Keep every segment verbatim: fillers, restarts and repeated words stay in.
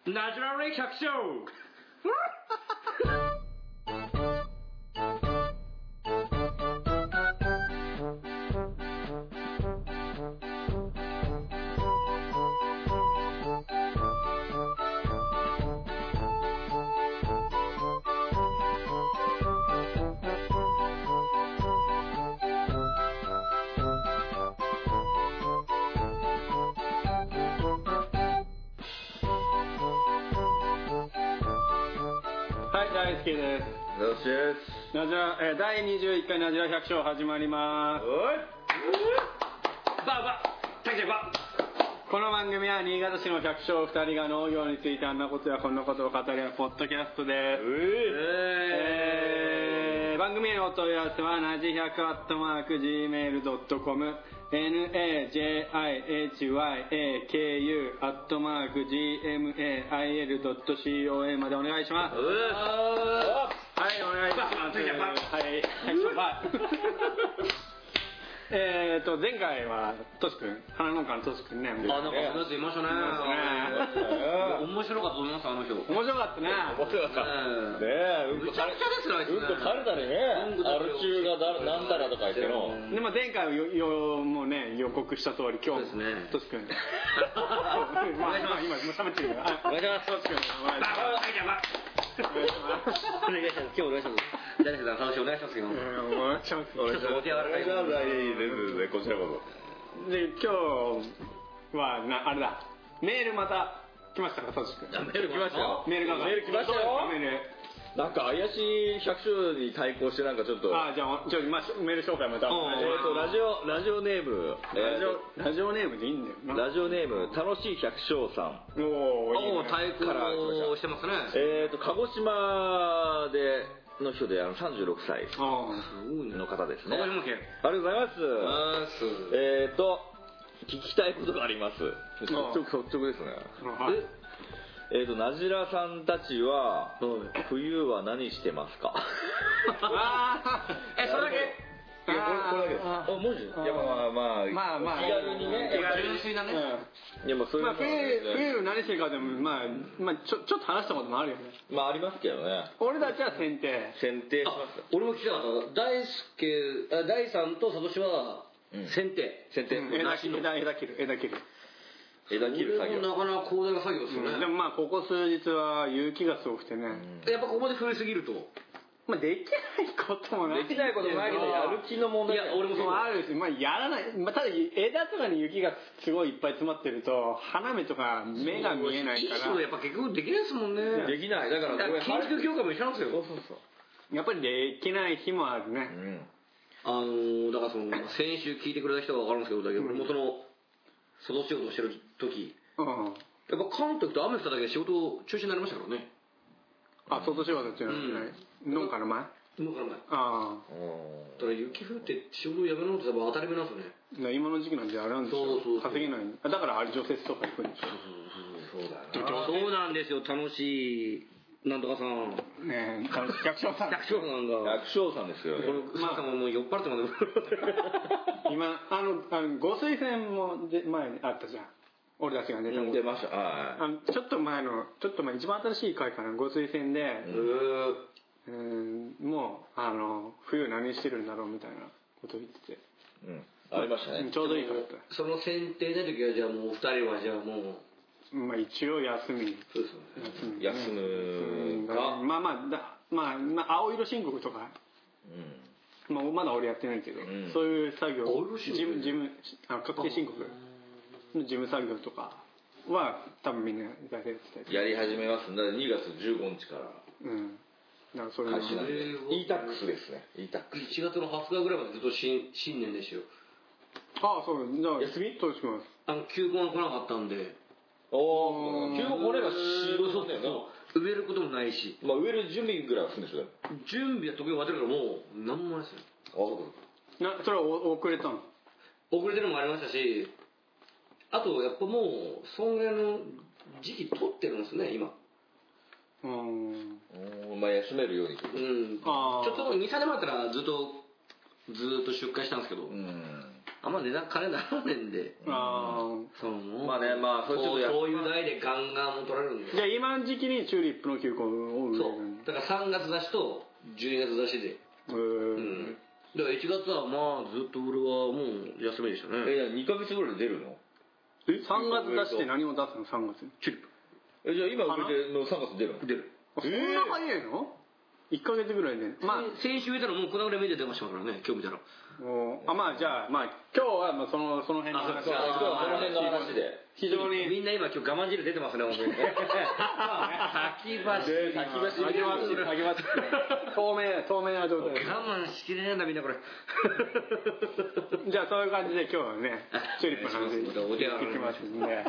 ナチュラル百姓大好きです。 よしです。 ナジラ、えー、だいにじゅういっかいナジラ百姓始まります。おいバウバウタキタキバこの番組は新潟市の百姓ふたりが農業についてあんなことやこんなことを語り合うポッドキャストです。えー、番組へのお問い合わせはナジひゃくアットマーク ジーメールドットコム ナジハク アットマーク ジーエムエーアイエルドットコム までお願いします。はい、お願いします。はい、はいえーと前回はトシ君、花農家のトシ君ね。あ、 なんかそのやついましたね。面白かったと思いますあの人。 面白かったね。 面白かった。ねえ、 むちゃくちゃですよあいつね。 うんこ垂れたりね。アル中がだなんだらとか言っての。 でも前回よよもうね予告した通り今日もトシ君。まあ今今喋ってるから。 お願いします。 トシ君。 お願いします。お願いします。今日お願いします。誰かさん話お願いしますよ。お願いします。 お願いします。お手柔らかい。 全然こちらこそ。で今日はなあれだ。メールまた来ましたかトシ君。 メール来ましたよ。 メールがメール来ましたよ。 メール。 なんか怪しい百姓に対抗してなんかちょっとあじゃあちょっとまあメール紹介また、 えーとラジオラジオネームラジオラジオネームでいいんだよな。 ラジオネーム楽しい百姓さん。 おおお対抗してますね。 えーと鹿児島での人であのさんじゅうろくさいの方ですね。 鹿児島県。 ありがとうございます。えーと聞きたいことがあります。率直率直ですね。ええーと、ナジラさんたちは、冬は何してますか？ あーえ、それだけ？ いや、これ、これだけです。あ、文字？いや、まあまあ、 まあまあ、 気軽にね、 純粋だね。 いや、まあ、そういうの。まあ、冬、冬何してるかでも、まあ、まあ、ちょ、ちょっと話したこともあるよね。 まあ、ありますけどね。 俺たちは剪定。 剪定します。 俺も聞きたかった。大輔、大さんとサトシは、剪定。 剪定。 枝切る、枝切る、枝切る。 枝切る作業。 なかなか広大な作業ですよね。 でもまあここ数日は雪がすごくてね。 やっぱここで降りすぎると。 まあできないこともない。 できないこともないけどやる気の問題。 いや俺もそうあるし、まあやらない。まあただ枝とかに雪がすごいいっぱい詰まってると花芽とか目が見えないから。 いい人やっぱ結局できないですもんね。 できない。だから建築業界も一緒なんですよ。 そうそうそう。 やっぱりできない日もあるね。 あのだからその先週聞いてくれた人は分かるんですけど、だけど俺もそのその仕事をしてる時。うん、やっぱ関東と雨降っただけで仕事中止になりましたからね。 あ、外仕事っていうのはね、農家の前農家の前。ああ。 だから雪降って仕事をやめるのって多分当たり前なんですよね。 今の時期なんであれなんですよ。そうそうそう稼げない。だからあれ除雪とか行くんでしょ。 そうそうそう。そうだよな。そうなんですよ。楽しい。なんとかさん。 ねえ、百姓さん。 百姓さんが。 百姓さんですよ。 これ、まあ、もう酔っ払っても今、あの、あの、ご推薦もで前にあったじゃん。俺たちが出たもん。 出ました。はい。 あの、ちょっと前の、ちょっと前、一番新しい回かな、ご推薦で、うん、もう、あの、冬何してるんだろうみたいなことを言ってて。 うん。ありましたね。 ちょうどいいからって。 その選定の時は、じゃあもう、二人はじゃあもう、 まあ一応休み。 そうですよね。 休むか。まあまあ、だまあ、まあ、青色申告とか、うん、まあまだ俺やってないけど、うん、そういう作業、事務、事務、あ確定申告の事務作業とかは多分みんなやってたりやり始めますんで、にがつじゅうごにちから。 うん。だからそれ開始なんで。イータックス ですね。イータックス。 いちがつのはつかぐらいまでずっと新新年ですよ。 ああ、そう。じゃあ休みそうします。 あの休校が来なかったんで。 おー、休校来れば仕事なんだよな。 植えることもないし。 まあ植える準備ぐらいはするんでしょ。 準備は時計終わってるからもう何もないですよ。 あ、そうか。な、それは遅れたの？ 遅れてるのもありましたし、あとやっぱもう損害の時期取ってるんですね今。 うん。 まあ休めるように。 うん。ああ。ちょっとに、さんねんまえからずっとずっと出荷したんですけど。うん。 あんま値段金ならねえんで。ああ。そう。 まあね、まあそういうそういう代でガンガンも取られるんで。 じゃあ今の時期にチューリップの球根を売る。 そう。だからさんがつ出しとじゅうにがつ出しで。へえ。うん。だからいちがつはまあずっと俺はもう休みでしたね。 え、にかげつぐらいで出るの？ え ?さんがつ出して何を出すの ?さんがつに。 チューリップ。 え、じゃあ今植えてのさんがつ出るの？ 出る。 そんな早いの？いっかげつぐらいで。 まあ先週植えたらもうこのぐらい目で出ましたからね、今日見たら。 あまあじゃあ、まあ今日はまあそのその辺の話。 今日はその辺の話で。 非常にみんな今今日我慢汁出てますね、本当に。先走り。 先走り。先走り。先走り。透明、透明な状態。 我慢しきれないんだみんなこれ。 じゃあそういう感じで今日はね、チューリップの話いきますんで。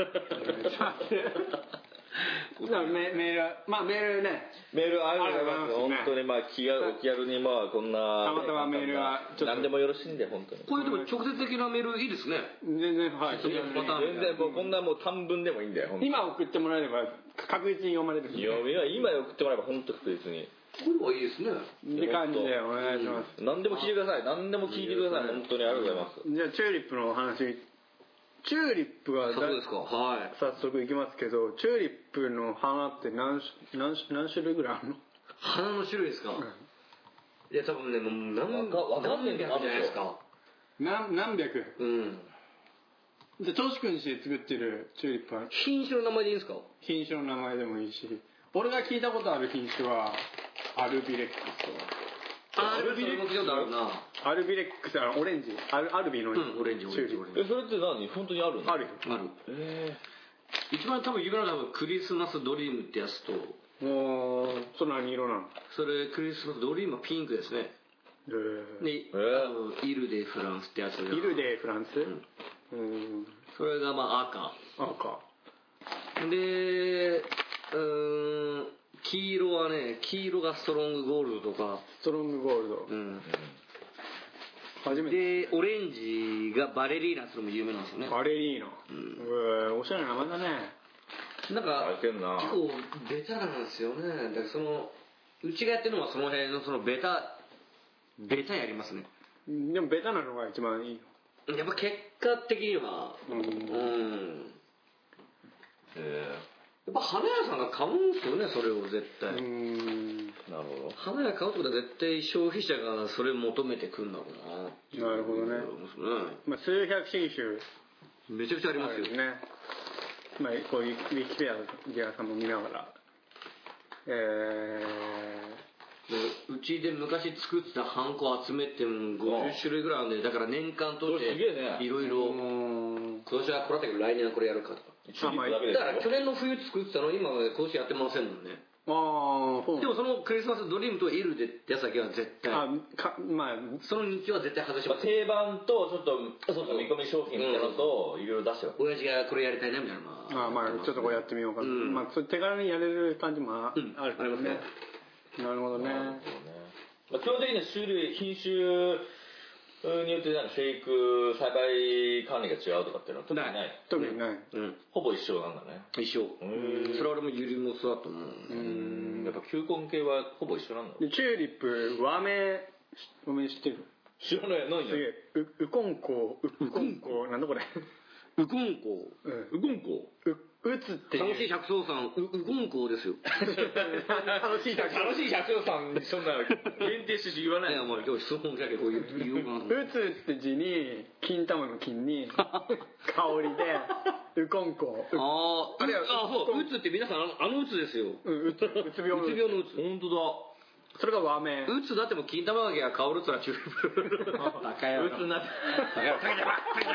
メール、まあメールね。 メールありがとうございます。本当にまあ気がお気軽にまあこんな。 たまたまメールはちょっと。何でもよろしいんで本当に。 こういうでも直接的なメールいいですね。 全然、はい。全然もうこんなもう短文でもいいんだよ。 今送ってもらえれば確実に読まれる。 読みは今送ってもらえば本当確実に。 これはいいですね。 って感じでお願いします。 何でも聞いてください。何でも聞いてください。本当にありがとうございます。 じゃあチューリップのお話。チューリップはそうですか、はい、 早速いきますけど、チューリップの花って何何何種類ぐらいあるの？ 花の種類ですか？うん、いや多分ねもう何何百じゃないですか。 何何百？ うん。 じゃあトシ君氏で作ってるチューリップは品種の名前でいいんですか？ 品種の名前でもいいし、俺が聞いたことある品種はアルビレックスとか。 アルビレックスあるな。 アルビレックスはオレンジ、アルアルビの、 うん、オレンジオレンジ。 えそれって何？本当にあるの？ あるよ。 ある。ええ。一番多分有名なのはクリスマスドリームってやつと。 もうそれ何色なの？ それクリスマスドリームはピンクですね。 えー、 で、えー、イルデフランスってやつが。 イルデフランス？ うん。うんそれがまあ赤。 赤。 で、うーん。黄色はね、黄色がストロングゴールドとか。 ストロングゴールド。 うん。 初めて。 で、オレンジがバレリーナってのも有名なんですよね。 バレリーナ。うん。おしゃれな名前だね。 なんか、結構ベタなんですよね。だからその、うちがやってるのはその辺のそのベタ、ベタやりますね。 でもベタなのが一番いいの。やっぱ結果的には、うん。うん。えーやっぱ花屋さんが買うんですよね、それを絶対。うーん。なるほど。花屋買うってことは絶対消費者がそれを求めてくるんだろうな。なるほどね。まあ数百品種。 めちゃくちゃありますよね。まあこういうウィキペディアさんも見ながら。えー、うちで昔作ってたハンコ集めてもごじゅっしゅるいぐらいあるんで、だから年間とっていろいろ今年はこれだけど来年はこれやるかとか。だから去年の冬作ってたの今は今年やってませんもんね。ああ、でもそのクリスマスドリームとイルデってやつだけは絶対。あかまあその日記は絶対外します。 定番とちょっとそうそう見込み商品みたいなのといろいろ出してます。 親父がこれやりたいなみたいな。 ああまあちょっとこうやってみようかな。まあそれ手軽にやれる感じもあるありますね。なるほどね。 まあ基本的には種類品種によってなんか生育栽培管理が違うとかっていうのは特にない。 特にない。 うん。ほぼ一緒なんだね。 一緒。それは俺もユリもそうだと思う。 うん。やっぱ球根系はほぼ一緒なんだ。 でチューリップ和名和名知ってる？ 知らない。何？ すげえ。ウコンコウウコンコなんだこれ。 ウコンコウ。 ウコンコウ。 うつって楽しい百姓さん、う、うこんこですよ。 楽しい百姓。 楽しい百姓さんにそんな限定して言わない。 いや、もう今日質問だけど言うかな。 うつって字に、金玉の金に、香りで、うこんこ。 ああ、あれあ、そう、うつって皆さん、あのうつですよ。 うん、うつ、うつ病のうつ。病のうつ。 ほんとだ。 それが和名。 うつだっても金玉がけが香るってのは中部。高いよ。 うつになって。高いよ、高いよ、高いよ。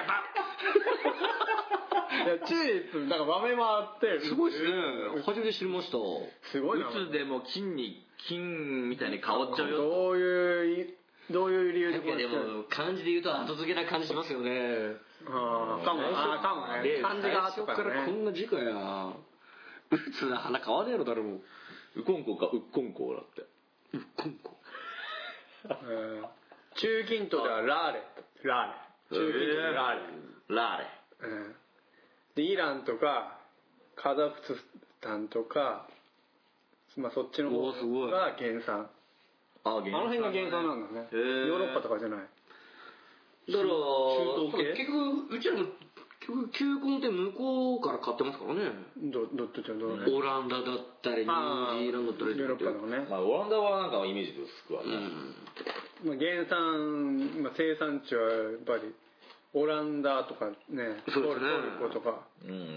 いやチューリップなんか和名もあってすごいですね。初めて知りました。 すごいな。 うつでも金に金みたいに香っちゃうよ。 どういうどういう理由でこれ。でも漢字で言うと後付けな感じしますよね。 ああかもあかもね。漢字が後からこんな字かや。うつな花買わねえのだろう。 うこんこかうっこんこだって。 うっこんこ。 中近東ではラーレラーレ。中近東でラーレラーレ。 うんでイランとかカザフスタンとか、まあ、そっちの方が原産。 あ、 あの辺が原産なんだね。ヨーロッパとかじゃない。 だから結局うちらも球根って向こうから買ってますからね。 どどっちだろうね。 オランダだったりニュージーランドだったりヨーロッパのね。 まあオランダはなんかイメージですくわね。 まあ原産、まあ生産地はやっぱりオランダとかね、トルコとか、うんうんうん、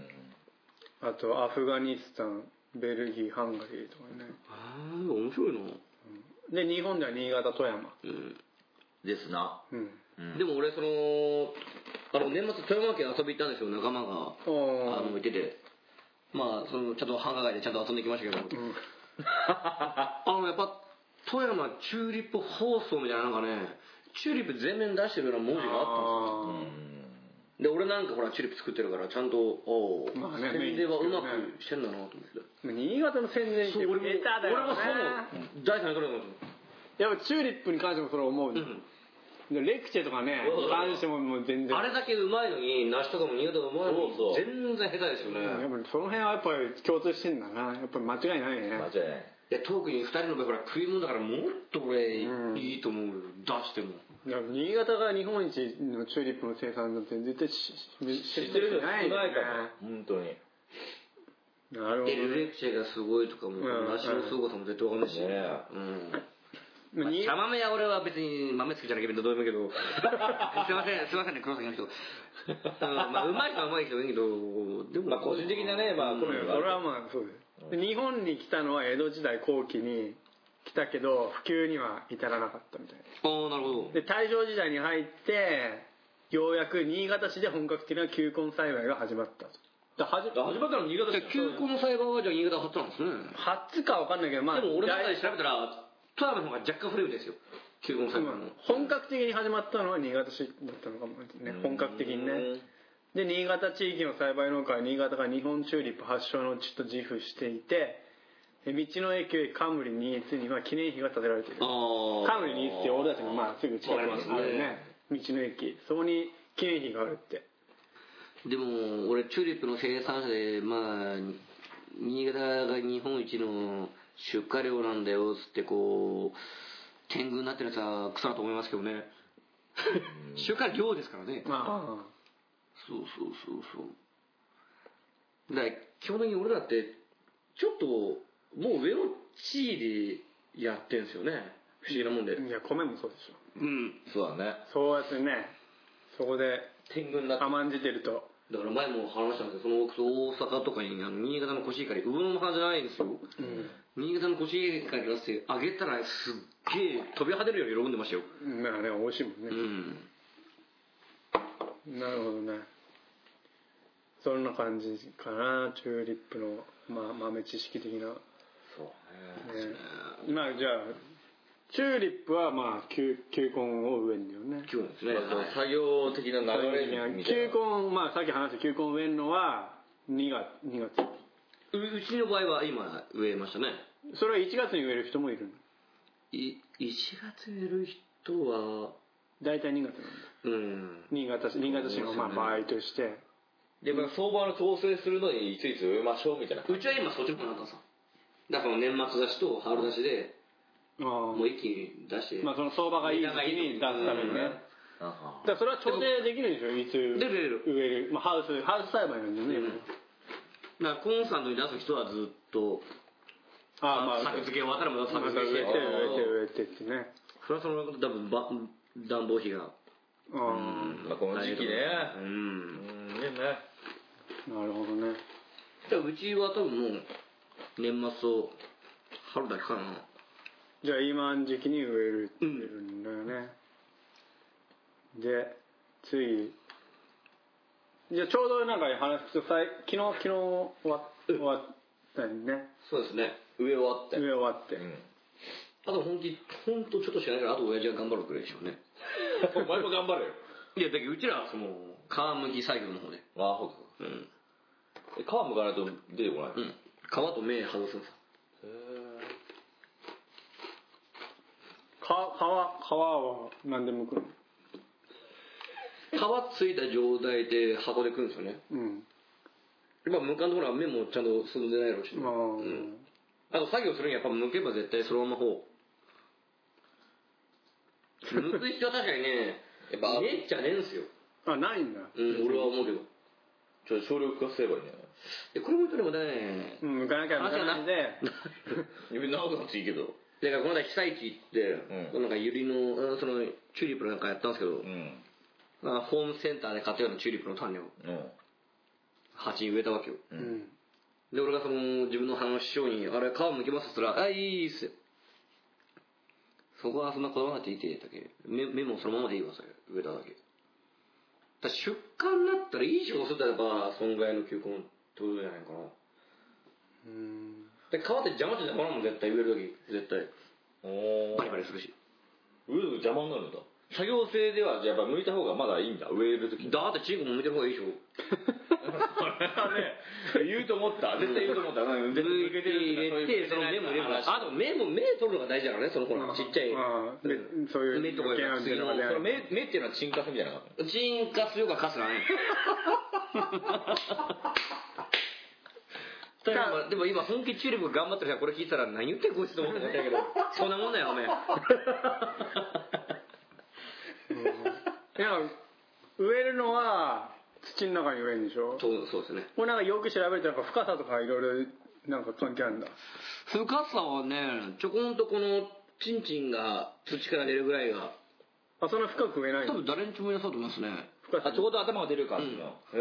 あとアフガニスタン、ベルギー、ハンガリーとかね。 ああ面白いな。 で日本では新潟、富山。 うん、ですな。 うんうん、でも俺そのあの年末富山県遊び行ったんですよ。仲間があの行ってて、まあそのちゃんと繁華街でちゃんと遊んできましたけど、うん、あのやっぱ富山チューリップ放送みたいななんかね、チューリップ全面出してるような文字があったんですよ。で俺なんかほらチューリップ作ってるからちゃんとおお、まあね、宣伝はうまくしてんだなと思って。 新潟の宣伝って俺も俺はそう大事なところだと思って。 やっぱチューリップに関してもそれ思う、うん、レクチェとかね関してももう全然あれだけうまいのに梨とかも新潟うまいのに全然下手ですよね。 やっぱりその辺はやっぱり共通してんだな。やっぱり間違いないね。 間違いない。 いや特にふたりの場合ほら食い物だからもっとこれいいと思う、うん、出しても。 いや新潟が日本一のチューリップの生産なんて絶対知ってる人ないから、本当に。 なるほど、ね。レクチェがすごいとかも、梨のすごさも絶対わかんないし。ね、うん。まあ、茶豆は俺は別に豆好きじゃなきゃどうでもいいけどすいませんすいませんね黒崎の人まあうまい人はうまい人はいいけどでもまあ個人的なねまあこれはまあそうです。日本に来たのは江戸時代後期に来たけど普及には至らなかったみたいな。 ああなるほど。 で大正時代に入ってようやく新潟市で本格的な球根栽培が始まったと。 だ始まったの新潟市。球根栽培はじゃあ新潟初なんですね。 初かわかんないけどまあでも俺の中で調べたら富山の方が若干古いですよ。球根栽培の本格的に始まったのは新潟市だったのかもね。本格的にね。で新潟地域の栽培農家は新潟が日本チューリップ発祥の地と自負していて、道の駅冠新津には記念碑が建てられている。冠新津って俺たちのまあすぐ近くにあるね道の駅、そこに記念碑があるって。 でも俺チューリップの生産者でまあ新潟が日本一の出荷量なんだよつってこう天狗になってるやつは草だと思いますけどね出荷量ですからね。ああそうそうそうそうだから基本的に俺だってちょっともう上の地位でやってるんですよね。不思議なもんで。 いや米もそうでしょ。 うんそうだね。 そうやってねそこで天狗になって甘んじてると。 だから前も話したんですけどその大阪とかにあの新潟のコシヒカリ魚の花じゃないんですよ、うん、新潟のコシヒカリ出してあげたらすっげえ飛び跳ねるように喜んでましたよ。 まあね美味しいもんね、うん、なるほどね。そんな感じかなチューリップの、まあ、豆知識的な。そうね。ねまあじゃあチューリップはまあ球根を植えるんだよね。 球根ですね。 作業的な流れみたいな。 球根まあさっき話した球根を植えるのはにがつ。にがつ。 う, うちの場合は今植えましたね。 それはいちがつに植える人もいるの。 いいちがつ植える人は大体にがつなんだ。うん。新潟市新潟市のまあ場合として。 でまあ相場の調整するのにいついつ植えましょうみたいな。 うちは今そっちの方になったさ。だから年末出しと春出しで。もう一気に出してまあその相場がいい時に出すためにね。だからそれは調整できるでしょ。いつ植える、まあ、ハウスハウス栽培なんでね、うん、 だからコンスタントに出す人はずっとああまあ作付け終わったらまた作付けして植えて植えてってね。 それはその多分ば暖房費があ、うんまあ、この時期ねうん、うん、いいね。 なるほどね。 じゃあうちは多分もう年末と春だけかな。 じゃあ今の時期に植えるって言うんだよね、うん、で次じゃあちょうどなんか話すと昨日昨日終わ終わったよね。 そうですね植え終わって植え終わって、うん、 あと本当本当ちょっとしかないからあと親父が頑張るくらいでしょうねお前も頑張れよ。 いやだけどうちらはその皮むき作業の方でああほう、うん、え皮むかないと出てこない、うん、 皮と芽外すんです。へえ皮、皮は何で剥くの？ 皮ついた状態で箱で食うんですよね。うん。まあ剥かんところは芽もちゃんと進んでないだろうし、ね。あ,、うん、あと作業するにはやっぱ剥けば絶対そのまま方。剥く必要は確かにね、 やっぱねっちゃねえんすよ。 あ、ないんだ。 うん、俺は思うけど。 ちょっと省力化すればいいんじゃない？ え、これも言ったらもね、 うん、向かなきゃ向かないで。 長くなっていいけど。 だからこの間被災地行って、うん、なんかユリの、その、チューリップなんかやったんですけど、うん、まあ、ホームセンターで買ったようなチューリップの種を、うん、鉢に植えたわけよ。うん、で、俺がその、自分の花の師匠に、あれ、皮むきますって言ったら、あ、いいっすよ。そこはそんなこだわらなくていいって言ったけ。芽もそのままでいいわ、それ。植えただけ。だ出荷になったらいい仕事するんだらば、そんぐらいの球根取るんじゃないかな。うん。で、皮って邪魔って邪魔なもん、絶対植えるとき。絶対。おー。バリバリするし。 植えると邪魔になるんだ。作業性では、じゃあやっぱ剥いた方がまだいいんだ、植えるとき。 だってチンコも剥いてる方がいいでしょ。 言うと思った。絶対言うと思った。 抜いて入れて、その芽も入れるから。あと芽も、芽取るのが大事だからね、そのほら、ちっちゃい。 そういう芽とかが次の。 その芽っていうのは沈下すみたいな。 沈下すよかカスだね。でも今本気チューリップ頑張ってるからこれ聞いたら何言ってんこいつと思ったんだけど、そんなもんだよ、おめえ。 いや、植えるのは土の中に植えるんでしょ。 そうそうですね。 これなんかよく調べるとなんか深さとかいろいろなんか関係あるんだ。 深さはね、ちょこんとこのチンチンが土から出るぐらいが。 あ、そんな深く植えないの？ 多分誰にもいなそうと思いますね。 あ、ちょうど頭が出る感じの。うん、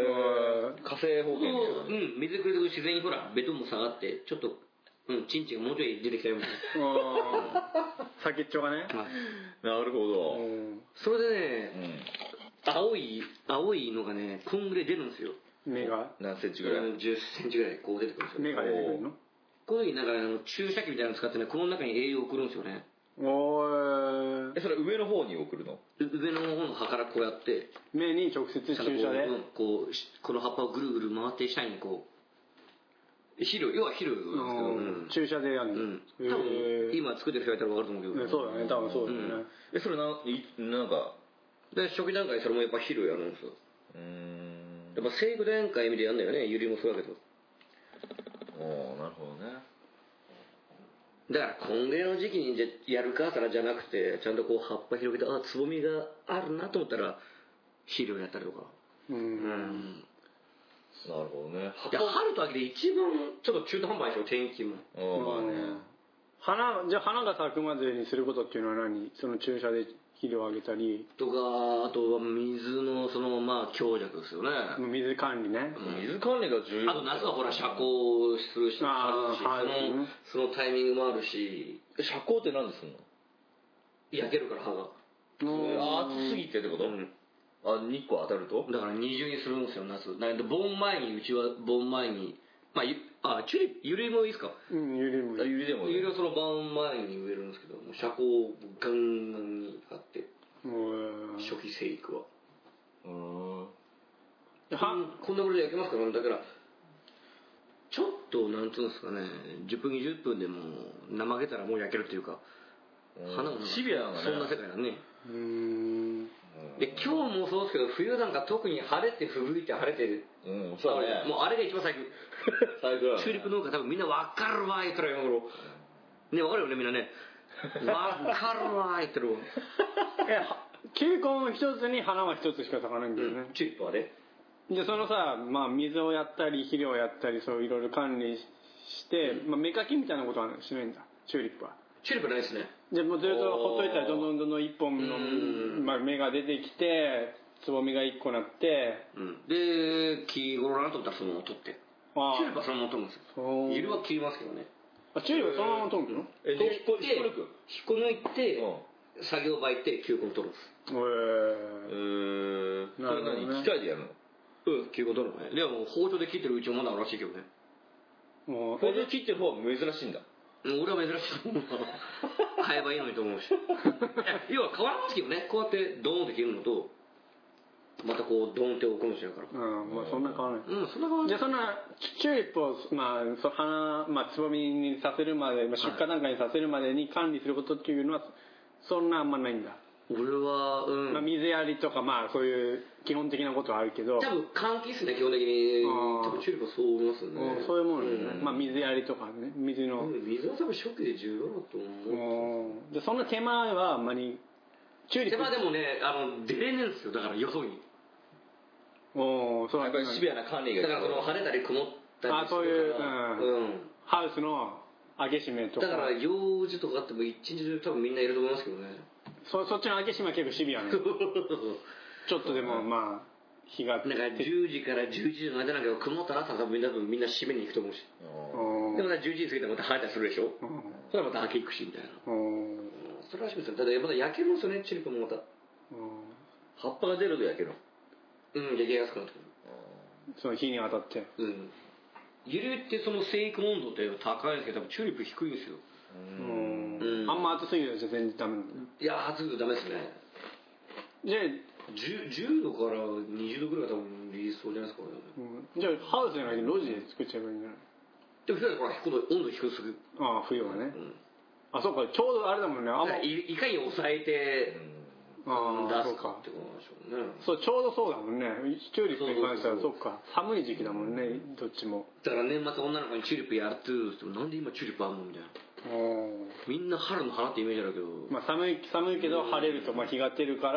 火星方形。 うん、水くれて自然にほらベトンも下がってちょっと。うん、チンチンがもうちょい出てきたよみたいな。先っちょがね。 なるほど。 それでね、うん、青い、青いのがね、こんぐらい出るんですよ。 芽が何センチぐらい？ じゅっセンチぐらいこう出てくるんですよ。 芽が出てくるの？ この時なんかあの注射器みたいなの使ってね、この中に栄養を送るんですよね。 おー。 え、それ上の方に送るの？ 上の方の葉からこうやって。 芽に直接注射でこう、この葉っぱをぐるぐる回って下にこう、肥料、要は肥料なんですけど、注射でやるの。 多分今作ってる人がいたら分かると思うけど。 そうだね、多分そうだね。 え、それな、なんか、 で、初期段階それもやっぱ肥料やるんですよ。うん。やっぱ生育段階見てやんだよね、ユリもそうだけど。 おー、なるほどね。 だから今月の時期にやるかからじゃなくて、ちゃんとこう葉っぱ広げて、あ、つぼみがあるなと思ったら、肥料やったりとか。うん。うんなるほどね。 いや、春と秋で一番ちょっと中途半端でしょ、天気も。 まあね。 花、じゃあ花が咲くまでにすることっていうのは何？その注射で肥料をあげたり。 とか、あとは水のその、まあ、強弱ですよね。 水管理ね。 水管理が重要。 あと夏はほら、遮光するし、ああその、そのタイミングもあるし。 遮光って何でするの？ 焼けるから葉が。 あ、暑すぎてってこと？うん。あ、日光当たると？ だから二重にするんですよ、夏。だけど、盆前に、うちは盆前に、まあ、あ、チュリ、ユリもいいですか？ うん、ユリもいい。 あ、ユリでもいい。 ユリはその盆前に植えるんですけど、遮光をガンガンにあって、初期生育は。うん。はこんなことで焼けますから、だから、ちょっと、なんつうんですかね、じゅっぷん、にじゅっぷんでも怠けたらもう焼けるっていうか、花もシビアなのね。 そんな世界だね。 うーん。 で今日もそうですけど、冬なんか特に晴れて吹雪いて晴れてる。 うん、そうだね。 もうあれが一番最悪。最悪だね。チューリップ農家多分みんなわかるわ言ったら今頃。ね、わかるよね、みんなね。わかるわ言ってるわ。 いや、球根一つに花は一つしか咲かないんだよね。 うん、チューリップはね。 で、そのさ、まあ水をやったり、肥料をやったり、そういろいろ管理して、まあ芽かきみたいなことはしないんだ、チューリップは。 チューリップないですね。 じゃあもうずっとほっといたらどんどんどんどん一本の、まあ、芽が出てきてつぼみが一個なって、 うん、で木頃なと思ったらそのまま取って、チューリップはそのまま取るんですよ。ユリは切りますけどね。 あ、チューリップはそのまま取るの？ えで引っこ抜いて、うん、作業場行って球根取るんです。へえー、それ何、ね、機械でやるの？ うん、球根取るのね。でも包丁で切ってるうちもまだあるらしいけどね。 包丁で切ってる方は珍しいんだ。 俺は珍しいと思う。買えばいいのにと思うし。要は変わらますけどね。こうやってドーンって切るのと、またこうドーンって置くのしやから。 うん、まあそんな変わらない。 うん、そんな変わらない。 じゃあそんなチューリップを、まあ、そ花、まあ、つぼみにさせるまで、まあ、出荷段階にさせるまでに管理することっていうのは、そんなあんまないんだ。 俺は、うん。 まあ、水やりとか、まあ、そういう基本的なことはあるけど。 多分、換気っすね、基本的に。多分、チューリップはそう思いますよね。 そういうものね。うん、まあ、水やりとかね、水の。 水は多分初期で重要だと思う。 で、そんな手間はあんまりチューリップまあでもねあの出れねえんですよだからよそに。 おお、そうやっぱりシビアな管理が。 だからその晴れたり曇ったりあそういう、うん、ハウスの開け閉めとか。 だから用事とかあっても一日中多分みんないると思いますけどね。 そそっちの開け閉めは結構シビアね。ちょっとでもまあ日が。 なんかじゅうじからじゅういちじの間なんか曇ったら多分みんなみんな閉めに行くと思うし。でもじゅうじ過ぎたらまた晴れたりするでしょ。それはまた開け行くしみたいな。それらしいですよ。ただまだ焼けるんですよねチューリップもまた。 葉っぱが出ると焼けるの。 うん、焼けやすくなってくる。 その日に当たって。 うん。ユリってその生育温度って高いんですけど、多分チューリップ低いんですよ。 うん。あんま暑すぎるじゃ全然ダメなの。 いや、暑いとダメですね。 じゃあ、 じゅうどからにじゅうどぐらいが多分理想じゃないですかね。 うん。じゃあ、ハウスじゃなくて路地で作っちゃえばいいんじゃない？ でも、冬はほら、温度低くする。 ああ、冬はね。うん。あ、そうか、ちょうどあれだもんね。あんまいいかに抑えて、ああ、出すかってことなんでしょうね。 そう、ちょうどそうだもんね。チューリップに関しては、そっか。寒い時期だもんね、どっちも。 だから年末女の子にチューリップやるって言っても、なんで今チューリップあんのみたいな。みんな春の花ってイメージあるけど。 まあ寒い、寒いけど晴れると、まあ日が出るから、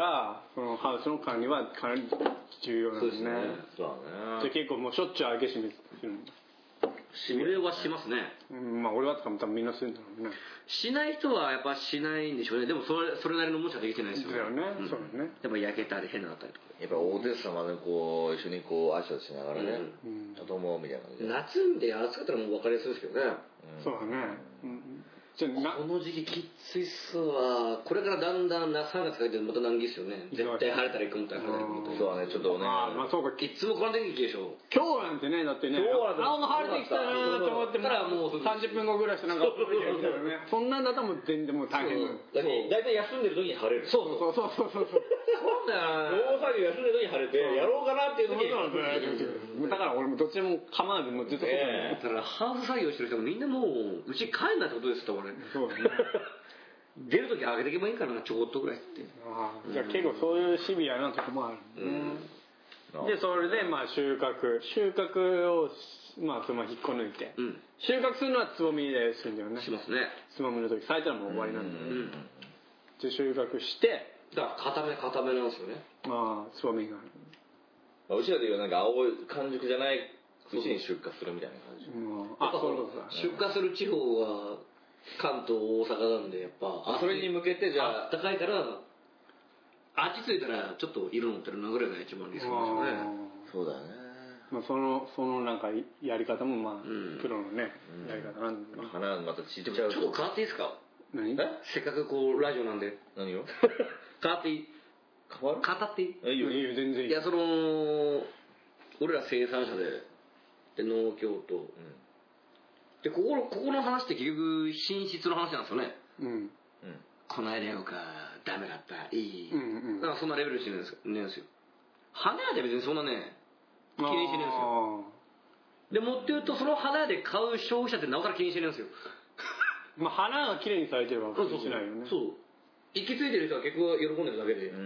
そのハウスの管理はかなり重要なんですね。 そうだね。 で結構もうしょっちゅう開け閉めするんだ。 俺はしますね。 うん、まあ俺はとかも多分みんなするんだろうね。 しない人はやっぱしないんでしょうね。でもそれそれなりのもんしかできてないですよね。 だよね、うん、そうだね。 やっぱ焼けたり変なだったりとか。 やっぱ大手様でこう一緒にこう挨拶しながらね、子供みたいな感じで。 夏で暑かったらもう分かりやすいですけどね。 うん、そうだね。うんこの時期きついっすわ。これからだんだんさんがつかけてまた難儀っすよね。絶対晴れたら行くみたいな。 そうだね、ちょっとね。 ああ、まあそうか。 いつもこの天気でしょ。 今日なんてね、だってね、青が晴れてきたなと思ってたらもうさんじゅっぷんごぐらいしてなんかね、そんなんだったらもう全然もう大変だ。 だいたい休んでる時に晴れる。 そうそうそうそうそう。 そうだよ。 大作業休んでる時に晴れて、やろうかなっていう時に。 だから俺もどっちでも構わずもうずっと外に。 だからハーフ作業してる人もみんなもううち帰んないってことですって俺。 そうだね。 出るとき上げていけばいいからな、ちょこっとぐらいって。 ああ、じゃあ結構そういうシビアなとこもある、ね。うん、で、それでまあ収穫。収穫を、まあその引っこ抜いて。うん、収穫するのはつぼみでするんだよね。 しますね。 つぼみの時、咲いたらもう終わりなんだよね。うん、で、収穫して。 だから固め固めなんですよね。 ああ、つぼみが。 うちらでいうなんか青い完熟じゃないうちに出荷するみたいな感じ。うん、 あ、そういうことだ。出荷する地方は、関東大阪なんでやっぱそれに向けてじゃあったかいからあっち着いたらちょっと色乗ってるなぐらいが一番理想ですよね。 そうだよね。 まあそのそのなんかやり方もまあ、うん、プロのね、うん、やり方なんで、 まあ、花またちっちゃうちょっと変わっていいですか。 何？ せっかくこうラジオなんで何を変わっていい変わる語っていい？ いいよいいよ全然いい。 いやその俺ら生産者でで農協と、うんでここのここの話って結局品質の話なんですよね。うん。この間よかダメだったいい。うんうん。だからそんなレベルしてるんですねんですよ。花屋で別にそんなね気にしてるんですよ。でもって言うとその花屋で買う消費者ってなおさら気にしてるんですよ。 まあ花が綺麗にされてれば気にしないよね。 そう。行き着いてる人は結局喜んでるだけで。うん。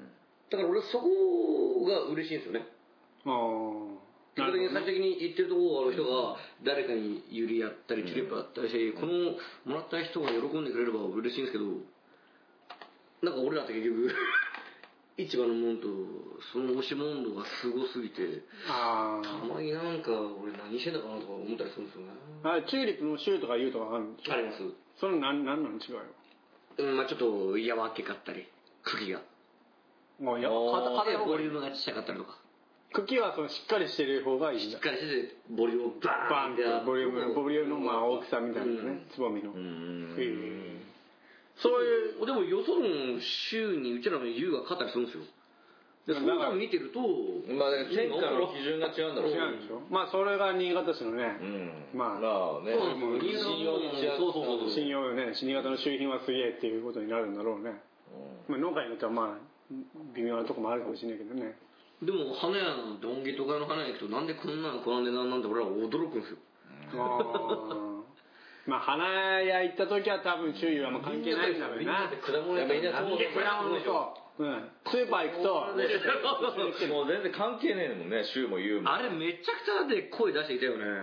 だから俺そこが嬉しいんですよね。ああ。最終的に言ってるところがある人が誰かにユリやったりチューリップやったりして、このもらった人が喜んでくれれば嬉しいんですけど、なんか俺らって結局市場のもんとその押し問答がすごすぎて、たまになんか俺何してんだかなとか思ったりするんですよね。 あチューリップの種とかいうとかあるんですか？ あります。 それ何何なん違うよ。 うん、まあちょっとやわけかったり茎がもうや肌のボリュームがちっちゃかったりとか。 茎はそのしっかりしてる方がいいんだ。 しっかりしててボリュームをバーンってボリュームボリュームのまあ大きさみたいなね、つぼみの。うんそういうでもよその州にうちらの優が勝ったりするんですよ。でそんなの見てるとまあ天下の基準が違うんだろう。 違うんでしょ。まあそれが新潟市のね。まあまあね。 信用に違う。そうそうそう信用よね。新潟の周辺はすげえっていうことになるんだろうね。まあ農家によってはまあ微妙なとこもあるかもしれないけどね。 でも花屋のドンギとかの花屋行くとなんでこんなのこの値段なんて俺は驚くんですよ。あまあ花屋行った時は多分注意はもう関係ないんだろうな。 果物屋みんなそう果物でしょ。うん。スーパー行くともう全然関係ねえもんね、州も言うもん。 あれめちゃくちゃで声出してきたよね。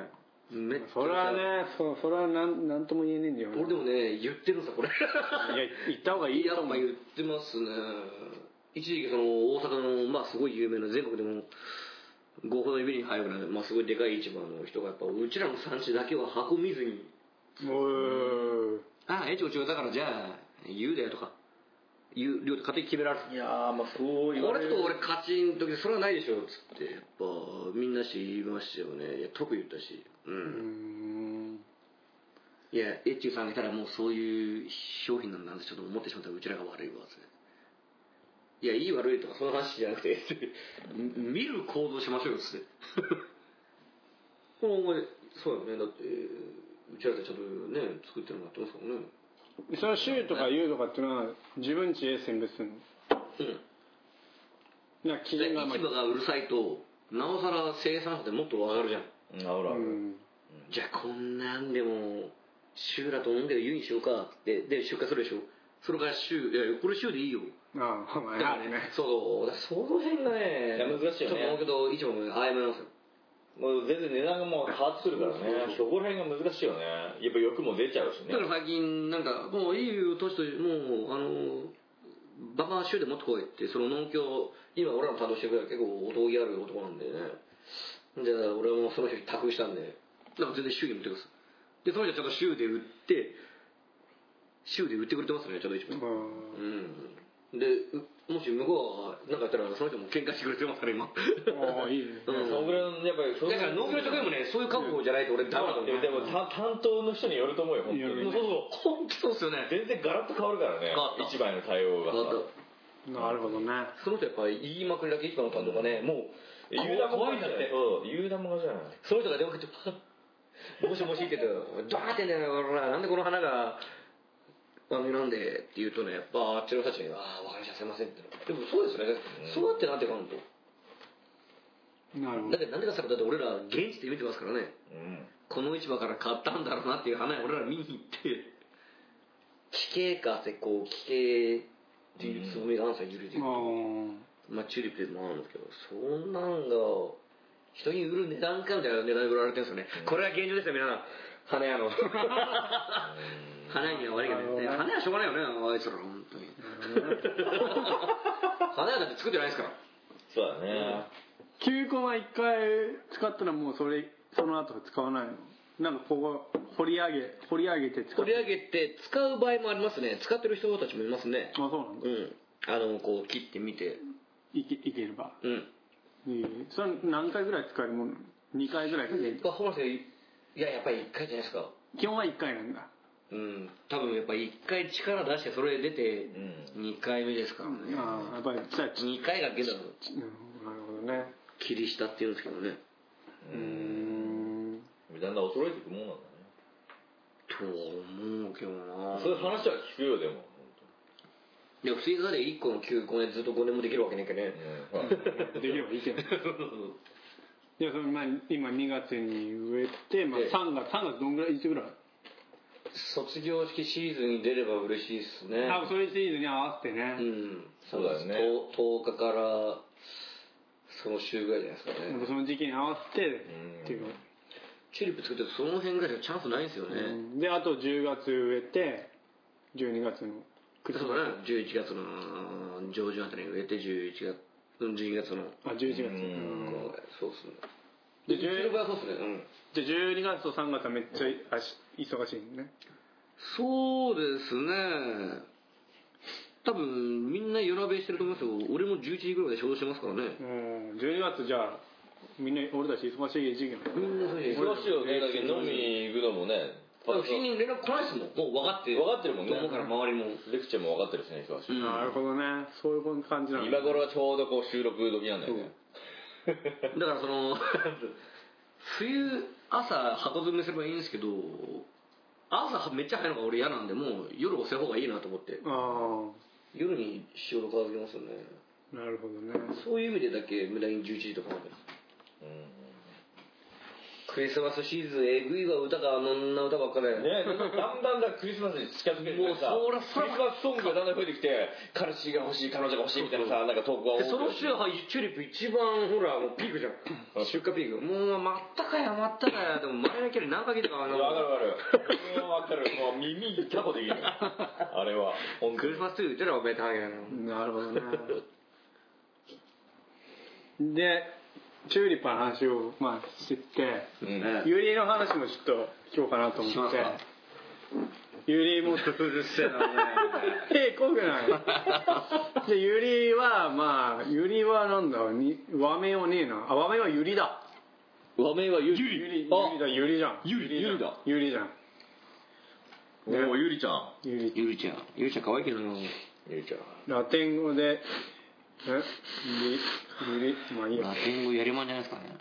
めっちゃそれはね、そそれはなんなんとも言えねえんだよ。 俺でもね言ってるんですよこれ。いや言った方がいいと思う。 やっぱ言ってますね。一時期その大阪のまあすごい有名な全国でもごほど指に入るぐらいまあすごいでかい市場の人がやっぱうちらの産地だけは箱見ずに。 おー。 ああ、えちょちょだからじゃあ言うだよとか。言う量で勝手に決められる。 いやーまあそう言われる。 俺と俺勝ちん時それはないでしょっつってやっぱみんなし言いましたよね。いや特言ったし。うん。うーんいやエッチュさんがいたらもうそういう商品なんてちょっと思ってしまったらうちらが悪いわっつって。いやいい悪いとかその話じゃなくて見る行動しましょうよっつって。このお前そうよねだってうちらでちょっとね作ってるのやってますからね。 その州とかユとかっていうのは自分家で選別するの。 うん。な基準が市場がうるさいとなおさら生産者ってもっと上がるじゃん。 上がる上がる。うん、 じゃあこんなんでも州だと思うんだけどユにしようかってで出荷するでしょ。それから州いやこれ州でいいよ。 ああまあね。 そうその辺がね難しいよね。 ちょっと思うけど市場も曖昧なんですよ。 もう全然値段がもう変わってくるからね。そこら辺が難しいよね。やっぱ欲も出ちゃうしね。 だから最近なんかもういいよ年ともうあのバカ州で持ってこいってその農協今俺らの担当してくれた結構男気ある男なんでね。じゃあ俺もその人に託したんでなんか全然州で売ってください。でその人はちゃんと州で売って州で売ってくれてますねちょうど一番。うん。でもし向こうが何かやったらその人も喧嘩してくれてますから今。 ああいいね。 うん、そのぐらいのやっぱりだから農業職員もねそういう覚悟じゃないと俺ダメだと思う。 でも担当の人によると思うよ本当に。 そうそう本当そうですよね。 全然ガラッと変わるからね。市場への対応が。 なるほどね。 その人やっぱり言いまくりだけ市場の担当がねもう言うだもがじゃない。言うだもがじゃない。 その人が電話かけてもしもしって言ってドーってねなんでこの花が番組なんでって言うとねやっぱあっちの人たちに「ああ分かりましたすいません」ってでもそうですね、うん、そうやってなってかんとなるほど。 だってなんでかさだって俺ら現地で見てますからね、うん、この市場から買ったんだろうなっていう花俺ら見に行って奇形か石膏奇形っていうつぼみがあるんですよゆるでいうとまあチューリップでもあるんですけどそんなんが人に売る値段かみたいな値段で売られてるんですよね、うん、これは現状ですよ皆さん花屋の花屋には悪いけどね花屋はしょうがないよねあいつら本当に花屋だって作ってないですからそうだねきゅうコマいっかい使ったらもうそれその後使わないのなんかここ掘り上げ掘り上げて使掘り上げて使う場合もありますね使ってる人たちもいますねあそうなんだうんあのこう切ってみていけいければうんえー、それ何回ぐらい使えるものにかいぐらいかねパフォーマンスいややっぱりいっかいじゃないですか基本はいっかいなんだうん多分やっぱりいっかい力出してそれ出てにかいめですからね、 うん、ああやっぱりにかいがけど、うん、なるほどね切り下っていうんですけどねうんだんだん衰えていくもんなんだねとは思うけどなそういう話は聞くよでもでも追加でいっこのきゅうこねずっとごねんもできるわけねえけどね、 うん、できればいいけどいやそれまあ今にがつに植えて、まあ、さんがつさんがつどんぐらいいつぐらい卒業式シーズンに出れば嬉しいですねあそれシーズンに合わせてねうんそうだよねとおかからその週ぐらいじゃないですかねその時期に合わせてっていうチューリップ作ってるとその辺ぐらいしかチャンスないんですよね、うん、 であとじゅうがつ植えてじゅうにがつのそうだねじゅういちがつの上旬あたりに植えてじゅういちがつじゅうにがつのあじゅういちがつうんそうっすねでじゅうにがつそうっすねうんじゃあじゅうにがつとさんがつはめっちゃ忙しいねそうですね多分みんな夜なべしてると思いますよ俺もじゅういちじぐらいで仕事してますからねうんじゅうにがつじゃあみんな俺たち忙しい時期みんなそう忙しいよねだけど飲みに行くのもね日に連絡来ないですもんもう分かって分かってるもんねと思うから周りもレクチャーも分かってるしね忙しい、 うん、なるほどねそういう感じなんだ今頃はちょうどこう収録時なんだよねだからその冬朝箱詰めすればいいんですけど朝めっちゃ早いのが俺嫌なんでもう夜遅い方がいいなと思ってあ夜に仕事片付けますよねなるほどねそういう意味でだけ無駄にじゅういちじとかまでうんクリスマスシーズンえぐいわ歌があんな歌ばっかでね。だんだんだんクリスマスに近づけてもうさ、クリスマスソングがだんだん増えてきて、彼氏が欲しい彼女が欲しいみたいなさ、なんか投稿が多い。 その週はチューリップ一番ほらもうピークじゃん。出荷ピーク。もうまったかやまったかや。でも前の距離何ヶ月かあの。 わかるわかる。わかる。もう耳タコできる。あれは。 クリスマスツリー言ってらおめえ大変やな。なるほどね。で、チューリップの話をまあ知って、ユリの話もちょっと聞こうかなと思って。ユリもうるせえなね。手こぐない。で、ユリはまあ、ユリはなんだ、和名はねえな。あ、和名はユリだ。 和名はユリ。 ユリ。ユリだ、ユリじゃん。 ユリ、ユリだ。 ユリじゃん。 おお、ユリちゃん。 ユリ。 ユリちゃん。ユリちゃん可愛いけどな。 ユリちゃん。 ラテン語で、えユリ、ユリ、まあいいや。 ラテン語やりまんじゃないですかね。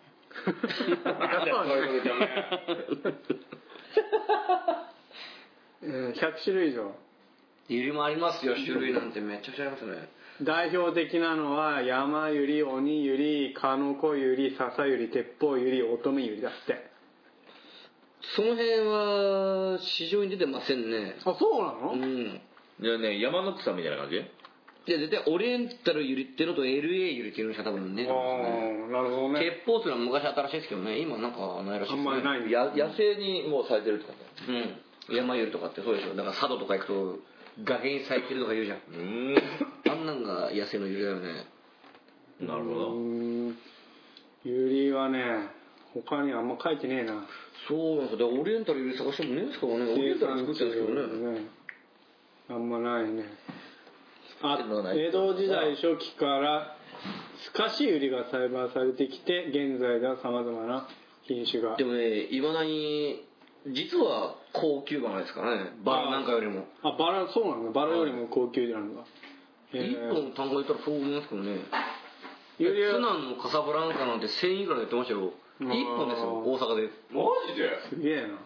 ひゃく種類以上。 ユリもありますよ、種類なんてめちゃくちゃありますね。 代表的なのは、山ユリ、鬼ユリ、カノコユリ、笹ユリ、鉄砲ユリ、乙女ユリだって。 その辺は、市場に出てませんね。 あ、そうなの？ うん。 じゃあね、山の草みたいな感じ？ いや、絶対オリエンタルユリってのと エルエー ユリっていうのしか多分ね。 ああ、なるほどね。 鉄砲っていうのは昔新しいですけどね、今なんかないらしいですね。 あんまりない。 や野生にもうされてるって感じ？ うん。山ユリとかってそうですよ。だから佐渡とか行くと、崖に咲いてるとか言うじゃん。 うん。 あんなんが野生のユリだよね。 なるほど。 ユリはね、他にあんま書いてねえな。 そうなんですよ。オリエンタルユリ探してもねえですからね。オリエンタル作ってるんですけどね。 あんまないね。あ、江戸時代初期から透かしユリが栽培されてきて、現在では様々な品種が。 でもね、いまだに実は高級バラですからね。バラなんかよりも。 あ、バラ、そうなの？バラよりも高級なんだ。 一本単価言ったらそう思いますけどね。ユリツナンのカサブランカなんてせんいくらで売ってましたよ。一本ですよ、大阪で。 マジで？ すげえな。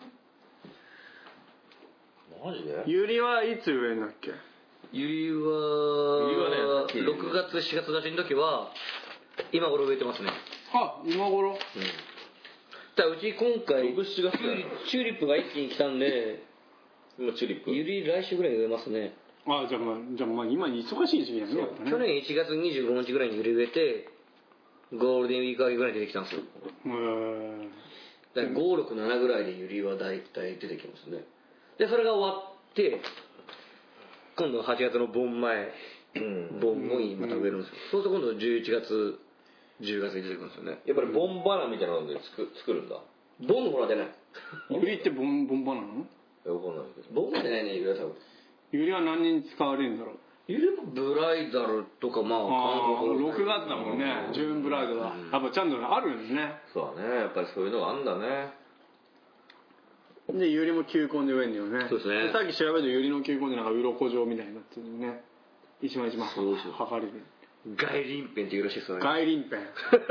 マジで？ ユリはいつ植えんだっけ？ ユリは、ね、ろくがつ、しがつ出しの時は、今頃植えてますね。 あ、今頃？うん。 だうち今回、チューリップが一気に来たんで、 今チューリップユリ来週ぐらいに植えますね。 あ、じゃあまあ、じゃあまあ今忙しい時期やね。 去年いちがつにじゅうごにちぐらいにユリ植えて、ゴールデンウィーク明けぐらいに出てきたんですよ。へー。だからご、ろく、ななぐらいでユリは大体出てきますね。で、それが終わって、今度はちがつの盆前、うん、盆後にまた植えるんですよ。そうすると今度じゅういちがつ、じゅうがつに出てくるんですよね。 やっぱり盆花みたいなので作作るんだ。 盆のほら出ない。 ユリって盆盆花なの？ え、わかんないけど。 盆が出ないね、ユリは多分。 ユリは何に使われるんだろう？ ユリはブライダルとかまあ、 あろくがつだもんね。ジューンブライドだ。やっぱちゃんとあるんですね。 そうだね。やっぱりそういうのがあるんだね。 で、ユリも球根で植えんだよね。 そうですね。 さっき調べるとユリの球根でなんか鱗状みたいになってるね。一枚一枚そうですよ。 剥がれる。 外輪片っていうらしいですよね。 外輪片。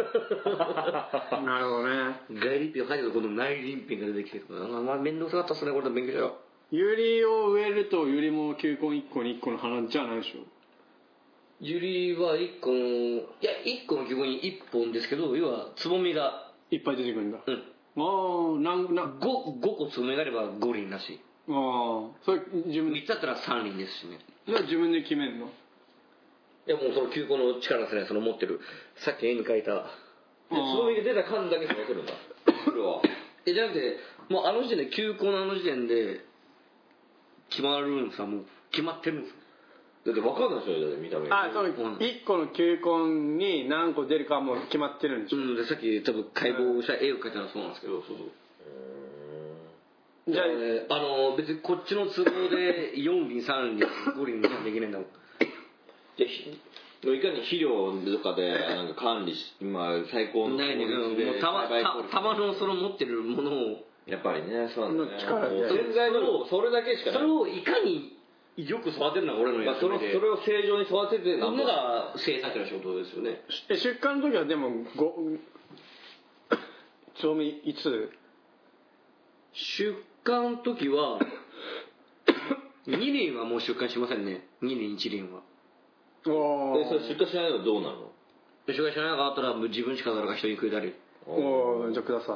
なるほどね。 外輪片を書いてると今度内輪片が出てきてる。まあ面倒くさかったっすね、これ勉強しよう。ユリを植えるとユリも球根いっこにいっこの花じゃないでしょ。 ユリはいっこの、いや、いっこの球根にいっぽんですけど、要はつぼみがいっぱい出てくるんだ。 うん。 ああ、なんな 5, 5個つぼみがあればご輪らしい。 ああ、それ自分みっつだったらさん輪ですしね。 それは自分で決めるの？ いやもうその球根の力ですね、その持ってる、さっき絵に描いた。つぼみが出た数だけ育てるんだ。それは。え、じゃなくて、もうあの時点で、球根のあの時点で、決まるんさ、もう決まってるんです。 だって分かんないでしょ、だって見た目。 あ、そのいっこの球根に何個出るかはもう決まってるんでしょ。 うん、でさっき多分解剖した絵を描いたのはそうなんですけど、そうそう。じゃあ、ね、あの別にこっちの都合でよん輪さん輪ご輪できないんだもん。 じゃあいかに肥料とかでなんか管理し今最高のないね、もうたまたまのその持ってるものをやっぱりね、そうなんだね。 力で潜在のそれだけしかない。 それをいかによく育てるのが俺のやつで、まあ、それを正常に育ててるのが生産者の仕事ですよね。 出荷の時はでもごつぼみいつ？ 出荷の時はに輪はもう出荷しませんね。に輪いち輪は。 おでそれ出荷しないのはどうなの？ 出荷しなかったら自分しか誰か人にくれたり。 おじゃあくださ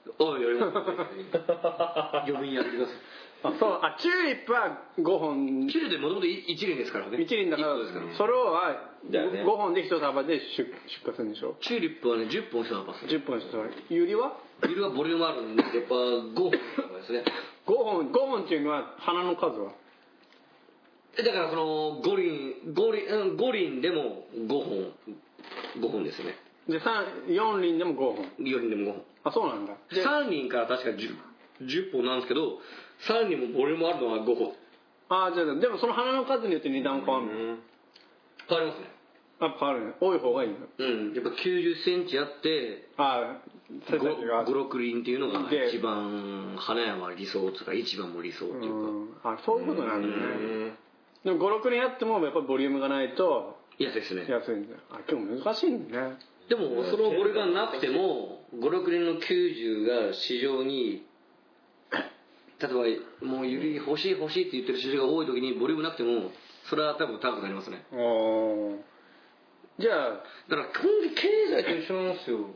あ、やります余分にやってください。 あ、そう、あ、チューリップはごほん。 チューリップもともといち輪ですからね。 いち輪だから、それはごほんでいち束で出荷するんでしょ。 チューリップはね、じゅっぽんいち束です。 じゅっぽんいち束。ユリはユリはボリュームあるんで、やっぱごほんですね。 ごほん、ごほんっていうのは花の数はだからそのご輪、ご輪、ご輪でもごほん、ごほんですね。 で、よん輪でもごほん。 よん輪でもごほん。 あ、そうなんだ。 さん輪から確かじゅっぽんなんですけど、さん輪もボリュームあるのはごほん。 ああ、じゃあ、でもその花の数によって値段変わるの？ 変わりますね。 あ、変わるね。多い方がいいの？ うん。やっぱきゅうじゅっセンチあって、 ああ、 ご、ろく輪っていうのが一番、花屋は理想というか、一番も理想っていうか。 あ、そういうことなんだね。でもご、ろく輪あってもやっぱりボリュームがないと安いですね。 安いんだよ。あ、今日難しいんだね。 でもそのボリュームがなくてもご、ろく輪のきゅうじゅうが市場に例えばもうユリ欲しい欲しいって言ってる市場が多い時にボリュームなくてもそれは多分高くなりますね。 ああ。じゃあだから基本的に経済と一緒なんですよ。うん。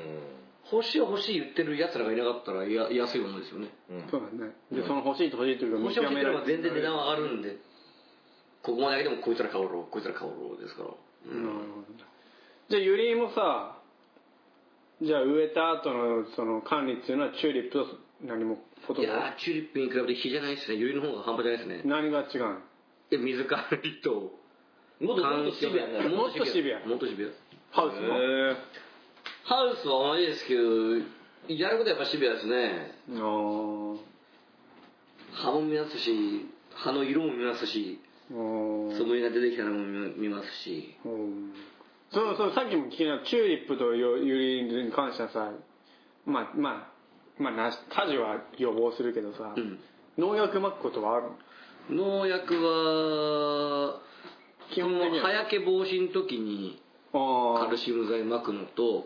欲しい欲しい言ってる奴らがいなかったらや安いものですよね。 うん、そうだね。で、その欲しいと欲しいというか欲しい欲しいってのは全然値段は上がるんで、ここまで上げてもこいつら買おうろこいつら買おうろですから。 うん、なるほど。じゃあユリもさ、じゃあ植えた後のその管理っていうのはチューリップと何もこといやーチューリップに比べて比じゃないですね。ユリの方が半端じゃないですね。 何が違うの？ いや水管理ともっとシビアになる。 もっとシビア。 もっとシビア。 ハウスの？ ハウスは同じですけど、やることはやっぱシビアですね。ああ。葉も見ますし、葉の色も見ますし、つぼみが出てきたのも見ますし。 そうそう、さっきも聞きなチューリップとユリに関してはさ、まあまあまあ果樹は予防するけどさ、うん、農薬まくことはあるの？農薬は基本は葉焼け防止の時にカルシウム剤まくのと、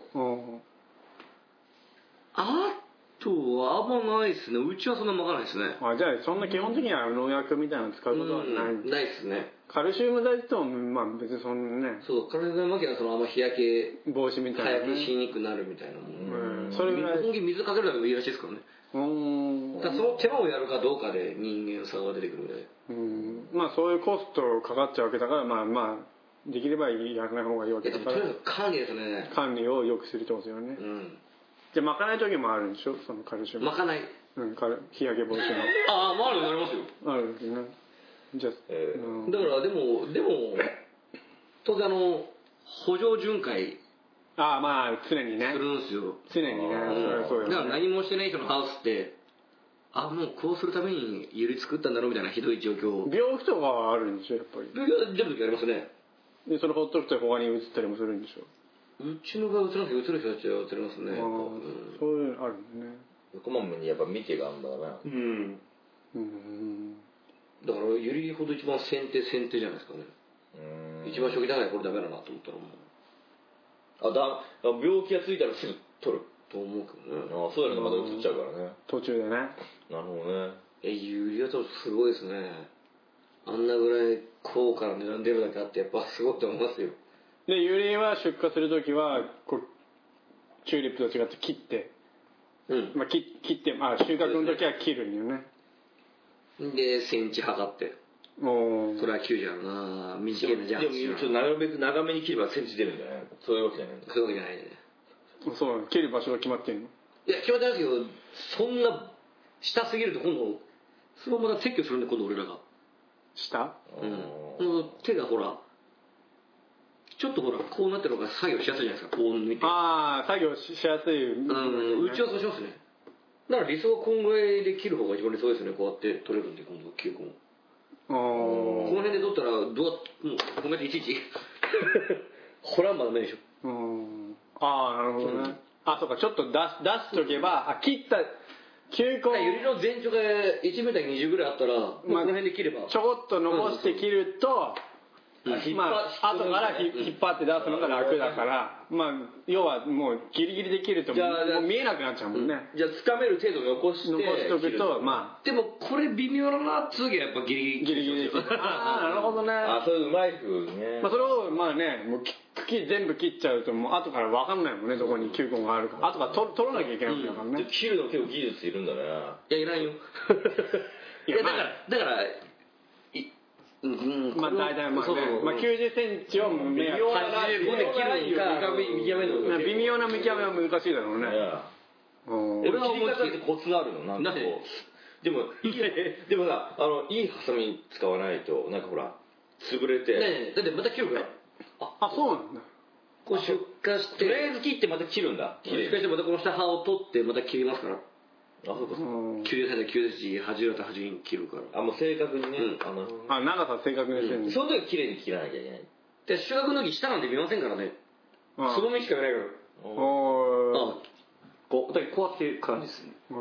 あとはあんまないですね。うちはそんなまかないですね。 あ、じゃあそんな基本的には農薬みたいなの使うことはない、 うん、ないですね。 カルシウム剤って言ってもまあ別にそんなね。 そう、カルシウム剤まきはそのあんま日焼け防止みたいな、ね、 日焼けしにくくなるみたいなもん。 うん、それぐらい。 水水かけるだけでもいいらしいですからね。うん。だからその手間をやるかどうかで人間の差が出てくるんで。 うん。まあそういうコストかかっちゃうわけだからまあまあ。できればやらない方がいいわけだから。 とにかく管理ですね。 管理をよくするってことですよね。うん。じゃあまかない時もあるんでしょ、そのカルシウム。 まかない。 うん、日焼け防止の。 ああ、まああるよ、ありますよ。 あるんですね。じゃあ、 えーうん、だからでもでも当然あの補助巡回。 ああまあ常にね。 するんですよ。 常にね。それはそうよね。 だから何もしてない人のハウスって。あ、もうこうするためにユリ作ったんだろうみたいなひどい状況。 病気とかはあるんでしょ、やっぱり。 病気は出る時ありますね。 でそれほっとくと他に移ったりもするんでしょ。 うちの場合移らなくて移る人たちは移りますね。 うん、そういうのあるね。 こまめにやっぱ見てがあるんだから。 うん。うん。だからユリほど一番先手先手じゃないですかね。うん。一番初期段階これダメだなと思ったらもう。あだ病気がついたらすぐ取ると思うけどね。 あそういうのがまた移っちゃうからね。 途中でね。 なるほどね。 えユリは多分すごいですね。あんなぐらい高価な値段出るだけあってやっぱすごいと思いますよ。 でユリは出荷するときはこうチューリップと違って切って、うんまあ、切切って、まあ、収穫のときは切るんよね。 でセンチ測って。おそれはきゅうじゅうあるな短いなじゃん。 でもちょっとなるべく長めに切ればセンチ出るんじゃない？そういうわけじゃないんだ。 そういうわけじゃないね。 そう切る場所が決まってんの？ いや決まってないですけどそんな下すぎると今度それをまた撤去するんで今度俺らが。 下？ うん。手がほらちょっとほらこうなってるのが作業しやすいじゃないですかこう見て。 ああ作業しやすい。 うん。うちはそうしますね。だから理想はこんぐらいで切る方が一番理想ですよね。こうやって取れるんで今度球根。ああ。この辺で取ったらどうやってもうこうやっていちいち掘らんばダメでしょ。 うん。ああなるほどね。うん、あそうかちょっと出す出しとけばあ切った球根。 ユリの全長がいちメーターにじゅうぐらいあったら、まあ、この辺で切ればちょこっと残して切ると、 まあ後から引っ張って出すのが楽だから、まあ要はもうギリギリで切るともう見えなくなっちゃうもんね。 じゃあ掴める程度残して残しとくと、まあでもこれ微妙だな次はやっぱギリギリギリで切る。ああなるほどね。 あそういううまい風にね。 まあそれをまあねもう茎全部切っちゃうともう後から分かんないもんね、どこに球根があるか。後から取取らなきゃいけないからね。 切るの結構技術いるんだね。 いやいらんよ。いやだからだから。 うん、まあ大体まあね、まあきゅうじゅっセンチを目安はちじゅうごで切るか見極めるの微妙な見極めは難しいだろうね。 俺は切り方ってコツあるの？なんかこうでもいいでもさあのいいハサミ使わないとなんかほら潰れて。 ねえだってまた切るから。 あそうなんだ。 こう出荷してとりあえず切ってまた切るんだ。 出荷してまたこの下葉を取ってまた切りますから。あ、そうかそうか。 きゅうじゅっセンチ、きゅうじゅっセンチ、はちじゅうだったらはちじゅうに切るから。 あ、もう正確にね。 うん、あのあ、長さ正確にしてるんその時綺麗に切らなきゃいけない。 で、収穫の時下なんて見ませんからね。つぼみしか見ないから。 おー。 あこう、だこうやって感じですね。 へ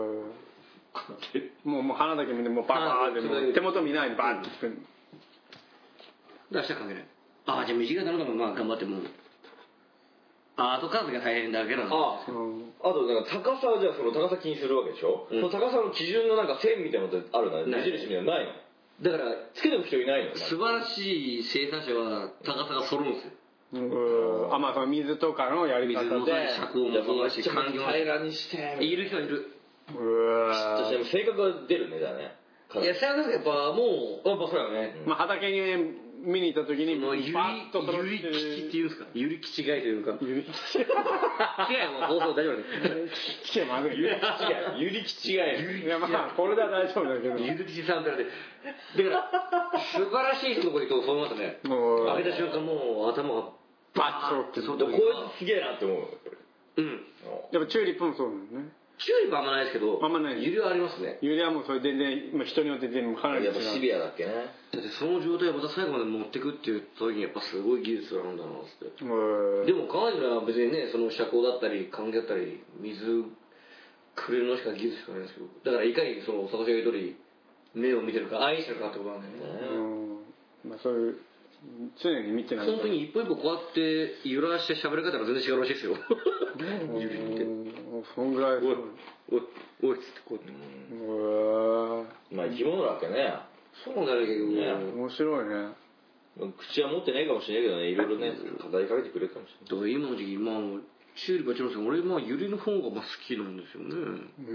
ー。もう、もう花だけ見て、もうバーって、手元見ないでバーって作る。 だから下関係ない。あ、じゃあ短いだろうから、まあ頑張ってもう。アートカードが大変だけなんですけど。 あとなんか高さはじゃあその高さ気にするわけでしょ、うん、その高さの基準のなんか線みたいなのってあるの？目印みたいなのないの？ だからつけておく人いないの？ 素晴らしい生産者は高さが揃うんですよ。 うん、あまあその水とかのやり方で水も車高もそうだし環境平らにしている人はいる。 うわー性格が出るねだね。 いや性格がやっぱもうやっぱそうだよね、 うん、まあ畑に見に行った時にバッとゆり吉っていうんですか、ゆり吉違いというかゆり吉違いも放送大丈夫です吉違いまずいゆり吉違いいやまあこれでは大丈夫だけどゆり吉さんって言われてだから素晴らしいところに行くとそう思いますね。開けた瞬間もう頭がバッとこうすげえなって思う。 うんやっぱチューリップもそうだよね。 チューリップあんまないですけど、 あんまない。 ユリはありますね。 ユリはもうそれ全然、まあ、人によって全然かなりやっぱシビアだっけね。 だってその状態をまた最後まで持ってくっていう時にやっぱすごい技術があるんだなって。でも彼女は別にね、その遮光だったり環境だったり水くれるのしか技術しかないんですけど、だからいかにその佐藤さんが言う通り目を見てるか愛してるかってことなんだよね。 うん。まあそういう常に見てない。 その時に一歩一歩こうやって揺らして喋り方が全然違うらしいですよ。ユリ見て。 そんぐらい。 おいおいっつってこうやって。 うまあ生き物だっけね。 そうなんだけどね。 面白いね。 口は持ってないかもしれないけどね、いろいろね語りかけてくれるかもしれない。 だから今の時期まあチューリップは違うんですけど、俺まあユリの方がまあ好きなんですよね。 うん。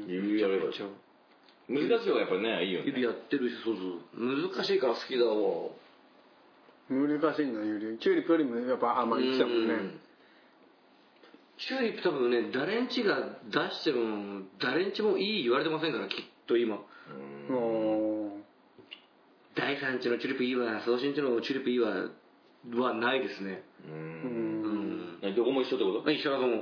ユリやれば。難しい方がやっぱりねいいよね。 ユリやってるしそうそう難しいから好きだわ。 難しいんだユリ。チューリップよりもやっぱ甘いってたもんね。 チューリップ多分ね、誰んちが出してるの、誰んちもいい言われてませんから、きっと今。うん。第三地のチューリップいいわ、送信地のチューリップいいわ、はないですね。うん。 うん。どこも一緒ってこと？ 一緒だと思う。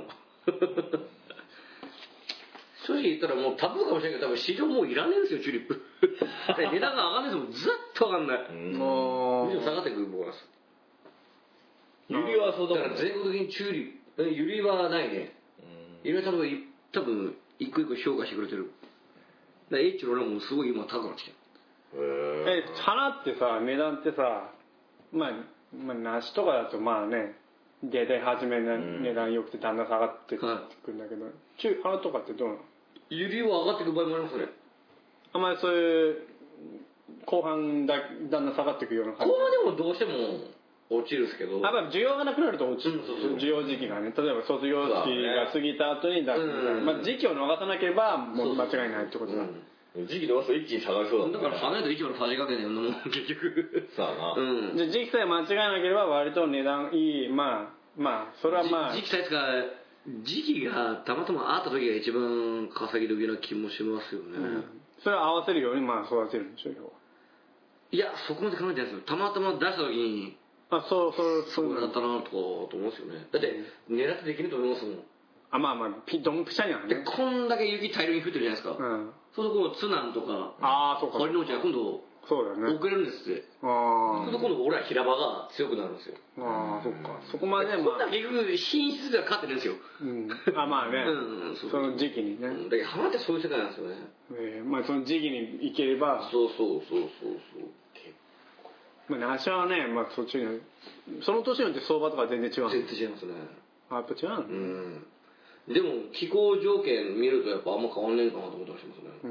正直言ったらもうタブーかもしれないけど、多分市場もういらねえんですよ、チューリップ。値段が上がんないですもん、ずっと上がんない。うん。むしろ下がってくる僕は。 ユリはそうだから全国的にチューリップ。ユリはないね。ユリは多分、多分一個一個評価してくれてる。だからエッチの俺もすごい今高くなってきてる。 え、花ってさ、値段ってさ、まあ、まあ、梨とかだとまあね、大体初めの値段良くてだんだん下がってくるんだけど、中花とかってどうなの？ ユリは上がっていく場合もありますね。 あんまりそういう後半だだんだん下がっていくような感じ。後半でもどうしても落ちるんですけど、 やっぱ需要がなくなると落ちる、うん、需要時期がね、例えば卒業式が過ぎた後に出すみたいな、まあ、時期を逃さなければもう間違いないってことだ。 うん、時期逃すと一気に下がりそうだ、ね、 だから離れと一番のさじ加減だよなもう結局さあな、 うん、じゃあ時期さえ間違いなければ割と値段いい、まあまあそれはまあ時期さえつか時期がたまたまあった時が一番稼ぎ時な気もしますよね、うん、 それは合わせるようにまあ育てるんでしょうよ。 いやそこまで考えてないですよ。たまたま出した時にあ、そうそうそうだったなとかと思うんですよね。だって狙ってできると思いますもん。 あ、まあまあピドンピシャにはね。 でこんだけ雪大量に降ってるじゃないですか。うん。そうするとこの津南とかああそうか。 堀之内は今度そうだよね。 遅れるんですって。 ああ。 そうすると今度俺は平場が強くなるんですよ。 ああそっか。そこまでまあ。結局品質では勝ってるんですよ。 うん。あまあね。うん。その時期にね。 だけど花ってそういう世界なんですよね。 ええまあその時期に行ければ。 そうそうそうそうそう。 まあ梨はね、まあそっちにその年によって相場とか全然違う。 全然違いますね。 あ、やっぱ違うの？うん。 でも気候条件見るとやっぱあんま変わんねえかなと思ったりしますね。 うん。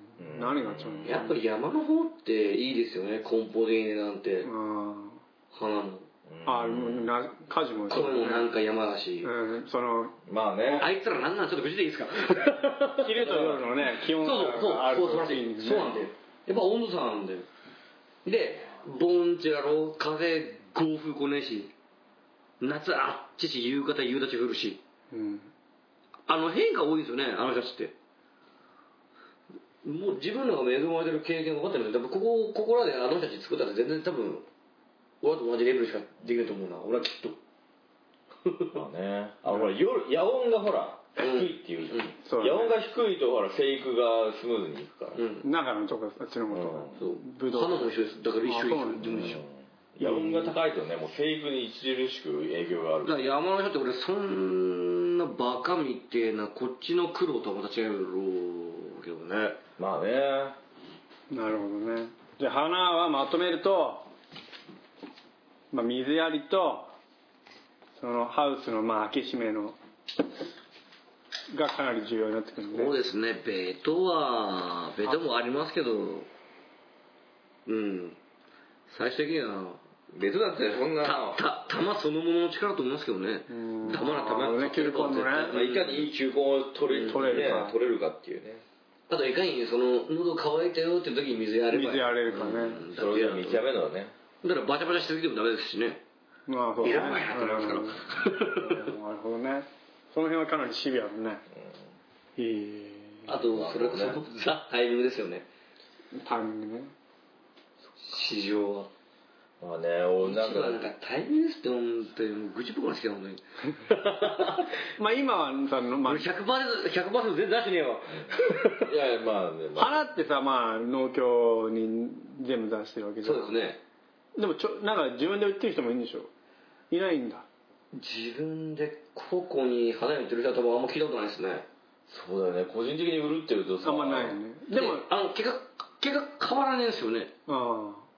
何が違うの？ やっぱり山の方っていいですよね。梱包的になんて。花も。 ああ、な果樹もそう、ね、なんか山だし、 うん、そのまあね、 あいつらなんなんちょっと無事でいいですか？ 昼と夜のね気温があると素晴らしいんですね。 そうなんだよ。やっぱ温度差なんだよ。でボンチェだろ、風豪風来ねえし、夏あっちし夕方夕立降るし、うん、あの変化多いんですよね、あの人たちって。もう自分らが恵まれてる経験が分かってるんで、ここここらであの人たち作ったら全然多分俺と同じレベルしかできないと思うな、俺はきっと。 まあね、あのほら夜夜音がほら低いっていう、うんうん、夜音が低いとほら生育がスムーズにいくから、うん、 中のとこあっちのことか、 そうブドウ花も一緒です。だから一緒一緒一緒。 夜音が高いとね、もう生育に著しく影響がある。 だから山の人って俺そんなバカみてえなこっちの苦労とはまた違うけどね。 まあね。 なるほどね。じゃあ花はまとめると、まあ、水やりとそのハウスのまあ開け閉めのがかなり重要になってくるんで。 そうですね。ベトはベトもありますけど、うん。最終的にはベトだってそんなたた玉そのものの力と思いますけどね。玉な玉ね、球根のね、 いかにいい球根を取れる、取れるか取れるかっていうね。 あといかにその喉乾いたよって時に水やれば水やれるかね。 うん、それを見極めるのはね。 だからバチャバチャしすぎてもダメですしね。 まあそうね。 いらないなってなりますから。 なるほどね。その辺はかなりシビアだね。 うん、いい。あとそれこそザ・タイミングですよね。 タイミングね。 市場は。 まあね、俺なんかなんかタイミングって本当に愚痴っぽくなってきた本当に。 まあ今はさ、まあひゃくパーセント ひゃくパーセント 全然出してねえわ。 いやいやまあね。まあ、花ってさ、まあ農協に全部出してるわけじゃん。 そうですね。 でもちょなんか自分で売ってる人もいるんでしょ？いないんだ。 自分で個々に花屋売ってる人は多分あんま聞いたことないですね。 そうだよね。個人的に売るっていうとさあんまないよね。 でもあの結果結果変わらないんですよね。ああ。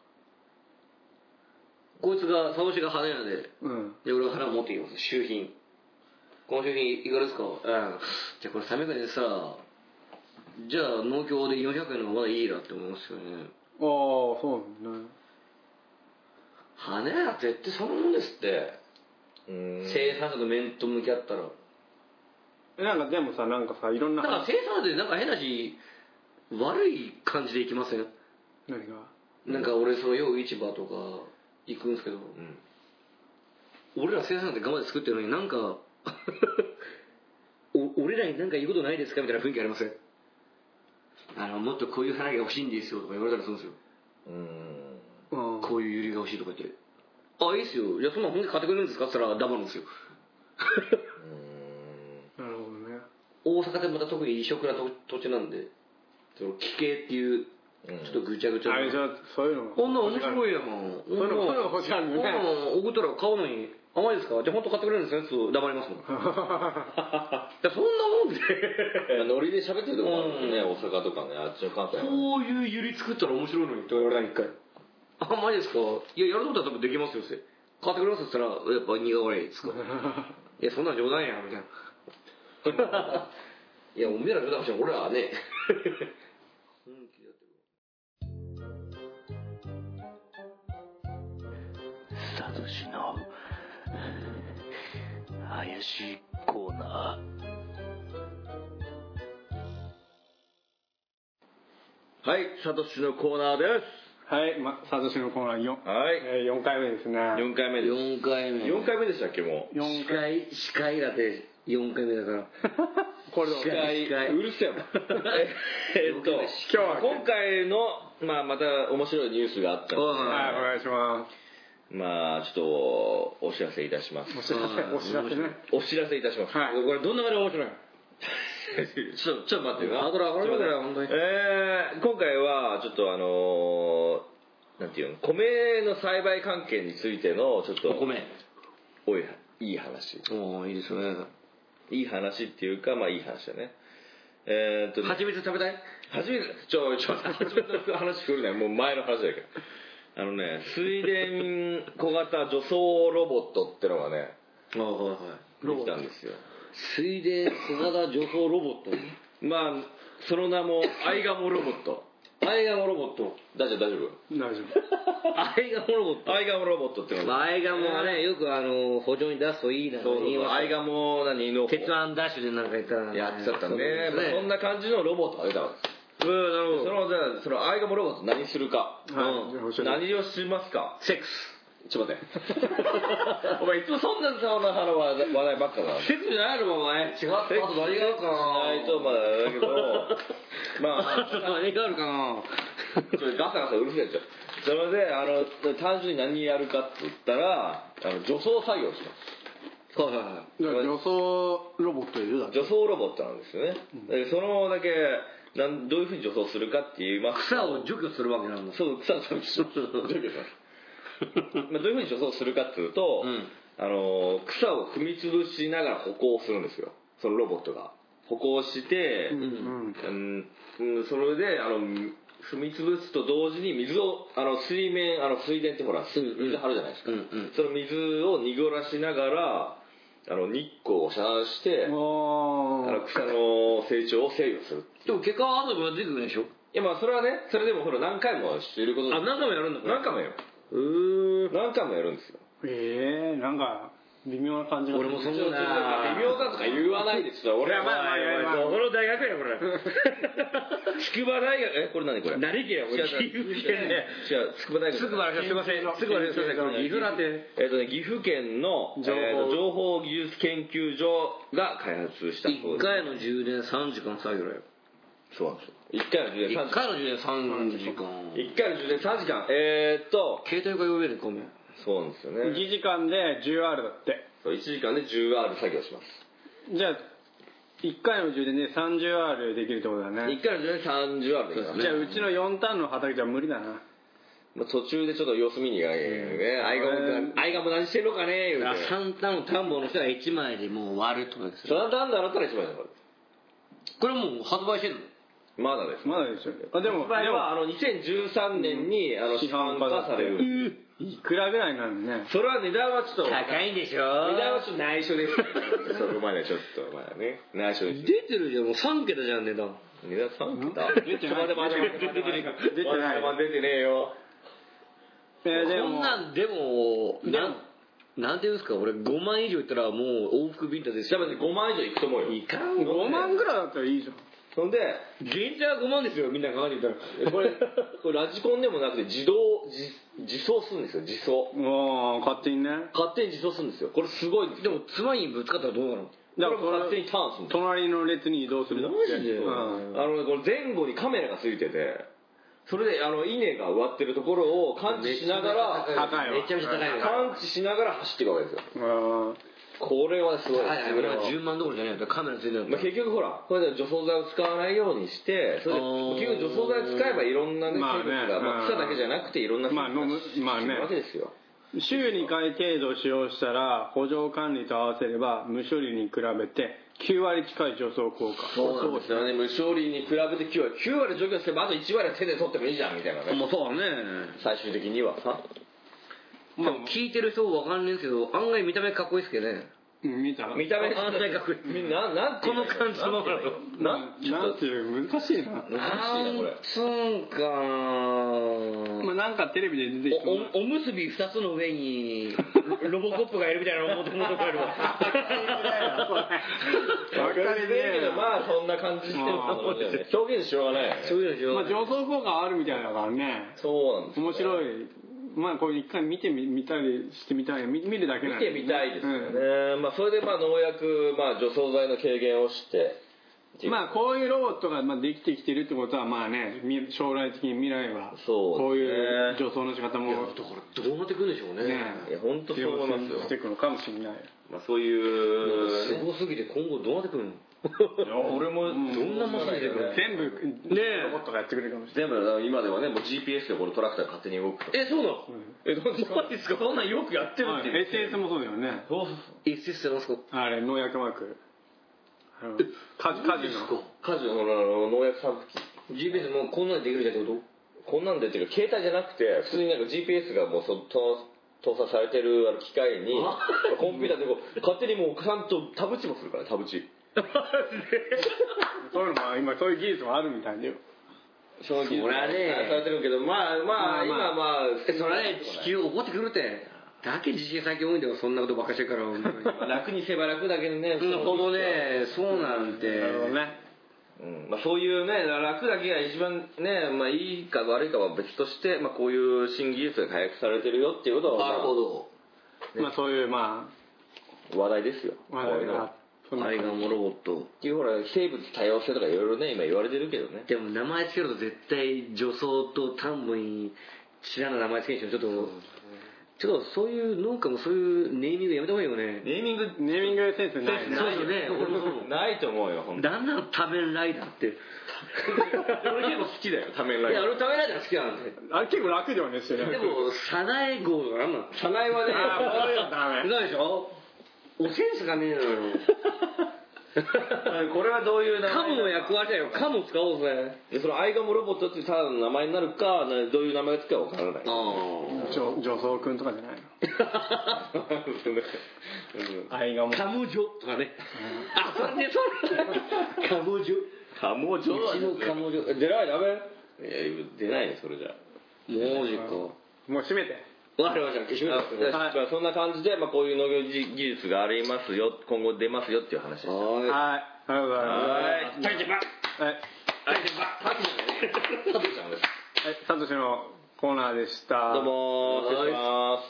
こいつが佐野氏が花屋で、うん、で俺が花を持ってきます。周品。この周品いくらですか？うん。じゃあこれさんびゃくえんでさ、じゃあ農協でよんひゃくえんの方がまだいいなって思いますよね。 ああ、そうなんだね。 花屋絶対そのもんですって。生産者と面と向き合ったら。 なんかでもさ、なんかさ、いろんな。 だから生産者でなんか変なし、悪い感じでいきません？ 何が？ なんか俺その洋市場とか行くんですけど、うん、俺ら生産者って頑張って作ってるのになんかお俺らになんか言うことないですかみたいな雰囲気ありません？あのもっとこういう花が欲しいんですよとか言われたりするんですよ。うーん、こういうユリが欲しいとか言って、あ、いいっすよ。いや、そんな本気買ってくれるんですかって言ったら黙るんですよ。 なるほどね。 大阪でまた特に異色な土地なんで、その奇形っていう、ちょっとぐちゃぐちゃな。 あれじゃそういうの。 こんな面白いやん。 そういうの欲しいね。 こんなの送ったら買うのに甘いですか？じゃあ本当買ってくれるんですねって黙りますもん。そんなもんで。 ノリで喋ってるとこあるもんね、大阪とかね、あっちの関西。 こういうユリ作ったら面白いのにって言われた一回。あ、マジですか？いや、やることは多分できますよって。買ってくれますって言ったら、やっぱ苦笑いですか？いや、そんなん冗談や、みたいな。いや、おめえら冗談しょ、俺らはね。サトシの怪しいコーナー。はい、サトシのコーナーです。 はい、ま、サトシのコーナーよん、はい、えー、よんかいめですね。 よんかいめです。 よんかいめ。 よんかいめでしたっけ、もう。 司会、司会だってよんかいめだから。 これ司会、うるせえよ。えっと、今日は今回の、まあ、また面白いニュースがあったので、 はい、お願いします。 まあ、ちょっと、お知らせいたします。 お知らせ、お知らせね。 お知らせいたします。 はい。これどんな感じで面白いちょ、ちょっと待ってよ。ハードル上がるから、本当に。 えー、今回は、ちょっとあのー、なんていうの、米の栽培関係についての、ちょっと、 お米。 おい、いい話。 おー、いいですね。 いい話っていうか、まあいい話だね。えーっと、 蜂蜜食べたい？ 蜂蜜、ちょ、ちょ、蜂蜜の話来るね。もう前の話だけど。 あのね水田小型除草ロボットってのがねああはいはいできたんですよ。 水田小型除草ロボットまあその名もアイガモロボット。 アイガモロボット大丈夫大丈夫大丈夫。 アイガモロボットアイガモロボットってのがアイガモはねよくあの補助に出すといいなそうそうアイガモ何の鉄腕ダッシュでなんか言ったらやってたんね。まあそんな感じのロボットが出たわけです。 うん、なるほど。 そのじゃあそのアイガモロボット何するか、 はいうん、何をしますか。 セックス。 ちょっと待ってお前いつもそんなそんな話題ばっかだ。 セックスじゃないのお前。違ったあと何があるかな。 ないとまあだけどまあ何があるかな。 それガサガサうるせえじゃん。それであの単純に何やるかって言ったらあの除草作業をします。 はいはいはい。 だから除草ロボットいるだ除草ロボットなんですよね、うん、でそのだけなんどういうふうに除草するかって言いますと草を除去するわけなんだ。 そう草を除去しますまあどういうふうに除草するかっていうと、うん、あの草を踏み潰しながら歩行するんですよそのロボットが歩行して、うんうんうん、それであの踏み潰すと同時に水をあの水面あの水田ってほら水張るじゃないですか、うんうん、その水を濁らしながらあの日光を遮断してあの草の成長を制御する。 でも結果は後で出てくるでしょ。 いやまあそれはねそれでもほら何回もしていることあ何回もやるんだ何回もやるうー何回もやるんですよ。 ええー、なんか微妙な感じが俺もそうだ微妙だとか言わないですよ俺はまあまあまあどこの大学やこれ筑波大学えこれ何これ何県やこれ岐阜県ね違う筑波大学筑波すいません筑波ですいません岐阜なんてえっとね岐阜県の情報情報技術研究所が開発したいっかいの充電さんじかん作業だよ。 そうなんですよ。いっかいの充電さんじかんいっかいの充電さんじかんいっかいの充電さんじかんえーっと携帯が呼べるごめんそうなんですよね。 いちじかんで じゅうアール だって。 そういちじかんで じゅうアール 作業します。 じゃあいっかいの充電で さんじゅうアール できるってことだね。 いっかいの充電で さんじゅうアール できますね。 じゃあうちのよんターンの畑じゃ無理だな。 まあ、途中でちょっと様子見に行かなきゃいけないね。アイガモ、アイガモ何してんのかね言うて。 さんターンの田んぼの人がいちまいでもう割るってことですよ。 さんターンで洗ったらいちまいだから。 これもう発売してるの？ まだです。 まだですよ。あでも発売はあのにせんじゅうさんねんに、うん、あの市販化される。 いくらぐらいなのね。 それは値段はちょっと高いんでしょ。 値段はちょっと内緒です。そこまでちょっとまだね内緒です。 出てるじゃんもうさんけたじゃん値段。 値段さんけた。 出てない。 出てない。出てねえよ。 こんなんでもなんなんていうんですか俺ごまん以上いったらもう往復ビンタですよ。 多分ごまん以上いくと思うよ。 いかんごまんぐらいだったらいいじゃん。 そんで限定はごまんですよみんな考えてみたら。 これこれラジコンでもなくて自動自自走するんですよ自走。 ああ勝手にね。 勝手に自走するんですよ。これすごいんですよ。 でも妻にぶつかったらどうなの？ だから勝手にターンするんですよ。 隣の列に移動する。 マジで？うん、あのこれ前後にカメラがついてて。それであの稲が植わってるところを感知しながら高いめちゃめちゃ高い感知しながら走っていくわけですよ。これはすごい。 はいはい。じゅうまんどころじゃないんだ。カメラついてるんだ。 まあ結局ほらこれで除草剤を使わないようにしてそれで結局除草剤を使えばいろんなね生物がまあ草だけじゃなくていろんな生物が死ぬわけですよ。 週にかい程度使用したら補助管理と合わせれば無処理に比べてきゅうわり近い除草効果。 そうなんですよね。無処理に比べてきゅうわりきゅうわり除去すればあといちわりは手で取ってもいいじゃんみたいなね。 もうそうだね。 最終的にはさ。 まあ聞いてる人わかんないんですけど案外見た目かっこいいですけどね。 見た見た目あんなにかっこいい。 みんななんてこの感じのままななんていう難しいな。 難しいなこれ。 つんかまあなんかテレビで出てきたおむすびふたつの上にロボコップがいるみたいなのを元々これは。 わかりねえけどまあそんな感じしてるね。表現しようがないよね。 そうですよ。 まあ除草効果あるみたいだからね。 そうなんです。 面白い。まあこれ一回見てみたりしてみたい見るだけなんで、ね、見てみたいですよね、うん、まあそれでまあ農薬、まあ、除草剤の軽減をしてまあこういうロボットがまあできてきてるってことはまあね将来的に未来はこういう除草の仕方もだからどうなってくるんでしょうね。ねいや本当そう思いますよ。 していくのかもしれない。 まあそういうすごすぎて今後どうなってくるの？ いや俺もどんなマシンで全部ねロボットがやってくれるかもしれない。 全部今ではねもう ジーピーエス でこのトラクターが勝手に動くと。 えそうなの？ えどうですか？そんなんよくやってるって。 エスエス もそうだよね。 エスエス ってなんすか？ あれ農薬マーク。果樹の果樹の農薬散布機。 ジーピーエス もうこんなにできるじゃんってここんなんでっていうか携帯じゃなくて普通になんか ジーピーエス がもうそと搭載されてるあの機械にコンピューターでこう勝手にもうちゃんとタブチもするからタブチそういうのも今そういう技術もあるみたいだよ。 そういう技術もされてるけどまあまあ今まあそれはね地球怒ってくるってだけ地震最近多いんだよそんなことばっかしてるから楽にせば楽だけどねなるほどねそうなんてなるほどねうんまあ、そういうね楽だけが一番ね、まあ、いいか悪いかは別として、まあ、こういう新技術が開発されてるよっていうことはなるほど、 ね、まあそういうまあ話題ですよ話題がアイガモロボットっていうほら生物多様性とかいろいろね今言われてるけどねでも名前つけると絶対女装と田んぼに知らない名前つける人ちょっとちょっとそういう農家もそういうネーミングやめた方がいいよね。 ネーミングネーミングセンスないね。 そうですね。俺もないと思うよ。 だんだん仮面ライダーって。 俺結構好きだよ仮面ライダー。 いや俺仮面ライダー好きなんで。 あれ結構楽ではねですよね。 でもサナエ号とかなんなの？ サナエはね。 ああそういうのダメ。 ないでしょ？おセンスがねえのよ。 これはどういう名前カモの役割だよ。カモ使おうぜ。 でそのアイガモロボットってただの名前になるかどういう名前がつくかわからない。 女装くんとかじゃないの。 アイガモ。カモジョとかね。あそれねそれ。カモジョ。 カモジョ。 うちのカモジョ。 出ないダメ？いや出ないねそれじゃ。 マジか。 もう閉めて。 わかりました。閉めて。 まあそんな感じでまあこういう農業技術がありますよ今後出ますよっていう話です。 はい。はい。ありがとうございます。 はい。タイチバ。はい。タイチバ。タイチバ。 サトシさんです。 はい。サトシのコーナーでした。 どうも失礼します。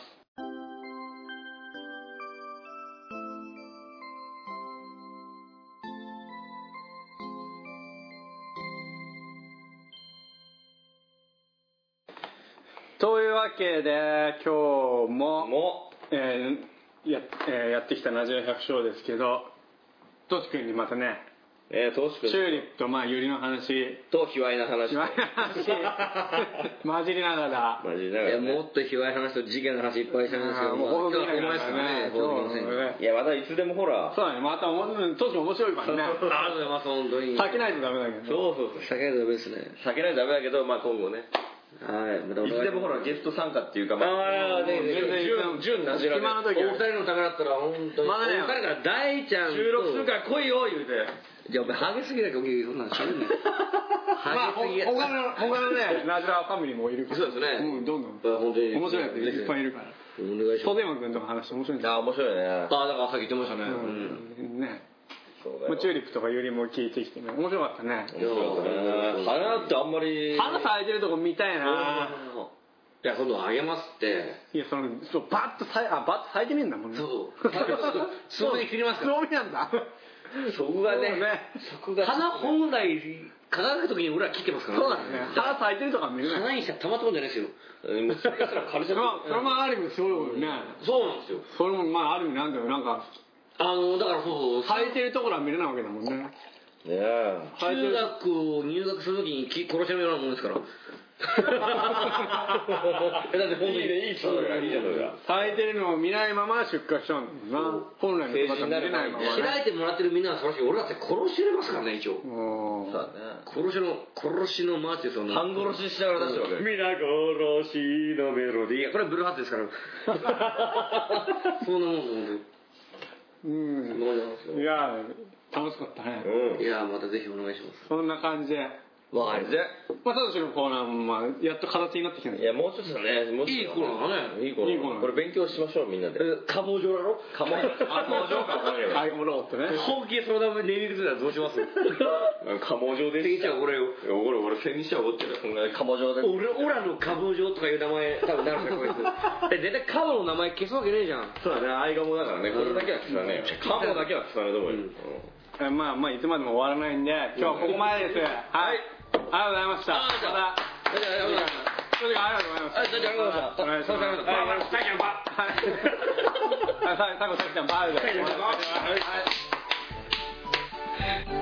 というわけで今日もも、 えー や, えー、やってきたナジラ百姓ですけどトシ君にまたね、 えー、トシ君チューリップとまあユリの話と卑猥な話卑猥な話混じりながら混じりながら、ね、 いやもっと卑猥な話と事件の話いっぱいしたんですけどもう今日はほんまですからねいやまたいつでもほらそうだねまたトシ面白いからねありがとうございます本当に避けないとダメだけどそうそうそう避けないとダメですね避けないとダメだけどまあ今後ねはい、またいつでもほらゲスト参加っていうかまああね純ナジラで今の時お二人のためだったら本当にまだねお二人から大ちゃんと収録するから来いよ言うてじゃあお前ハゲすぎだけどそんなんしゃべんねまあ他の他のねナジラファミリーもいるからそうですねうんどんどん本当に面白いやついっぱいいるからお願いしますトデマ君とか話して面白いんですよあ面白いねあだからさっき言ってましたねうんねそうだよチューリップとかユリも聞いてきてね面白かったね面白かったね花ってあんまり花咲いてるとこ見たいないや今度あげますっていやそのそうバッと咲いあバッと咲いてねえんだもんねそうつぼみ切りますからつぼみなんだそこがねそこが花本来輝く時に俺ら切ってますからそうだね花咲いてるとか見る花にしたらたまったもんじゃないですよそれもある意味すごいことねそうなんですよそれもまあある意味なんだよなんかあのだからそう咲いてるところは見れないわけだもんねいや中学を入学するときに殺しのようなもんですからえだって本当にねいいそうだいいじゃん咲いてるのを見ないまま出荷しちゃうんだよな本来の姿見れないまま開いてもらってるみんなはその日俺だって殺しれますからね一応そうだね殺しの殺しのマーチですよね半殺ししながら出してるわけ皆殺しのメロディーいやこれブルーハーツですからそんなもん本当にうんいや楽しかったねいやまたぜひお願いしますそんな感じでわかりました。 まあ、ただしのコーナーも、まあ、やっと形になってきたんいや、もうちょっとね、もうちょっと。いいコーナーだね。いいコーナー。これ勉強しましょう、みんなで。 カモ状だろカモ、あ、カモ状か。 アイゴロボットね。 本気でそのためネーミングするのはどうしますカモ状です。 千にちゃん俺よ。 俺、俺、千にちゃんおってる。そんなカモ状で。 俺、オラのカモ状とかいう名前、多分なるんだよ、こいつ。え、絶対カモの名前消すわけねえじゃん。 そうだね、アイガモだからね。これだけは消さねえよ。カモだけは消さないと思うよ。 まあまあ、いつまでも終わらないんで、今日はここまでです。はい。ありがとうございました。また。ありがとうございます。ありがとうございます。ありがとうございました。お願いします。はい。さきちゃんば。はい。最後さきちゃんばで。はい。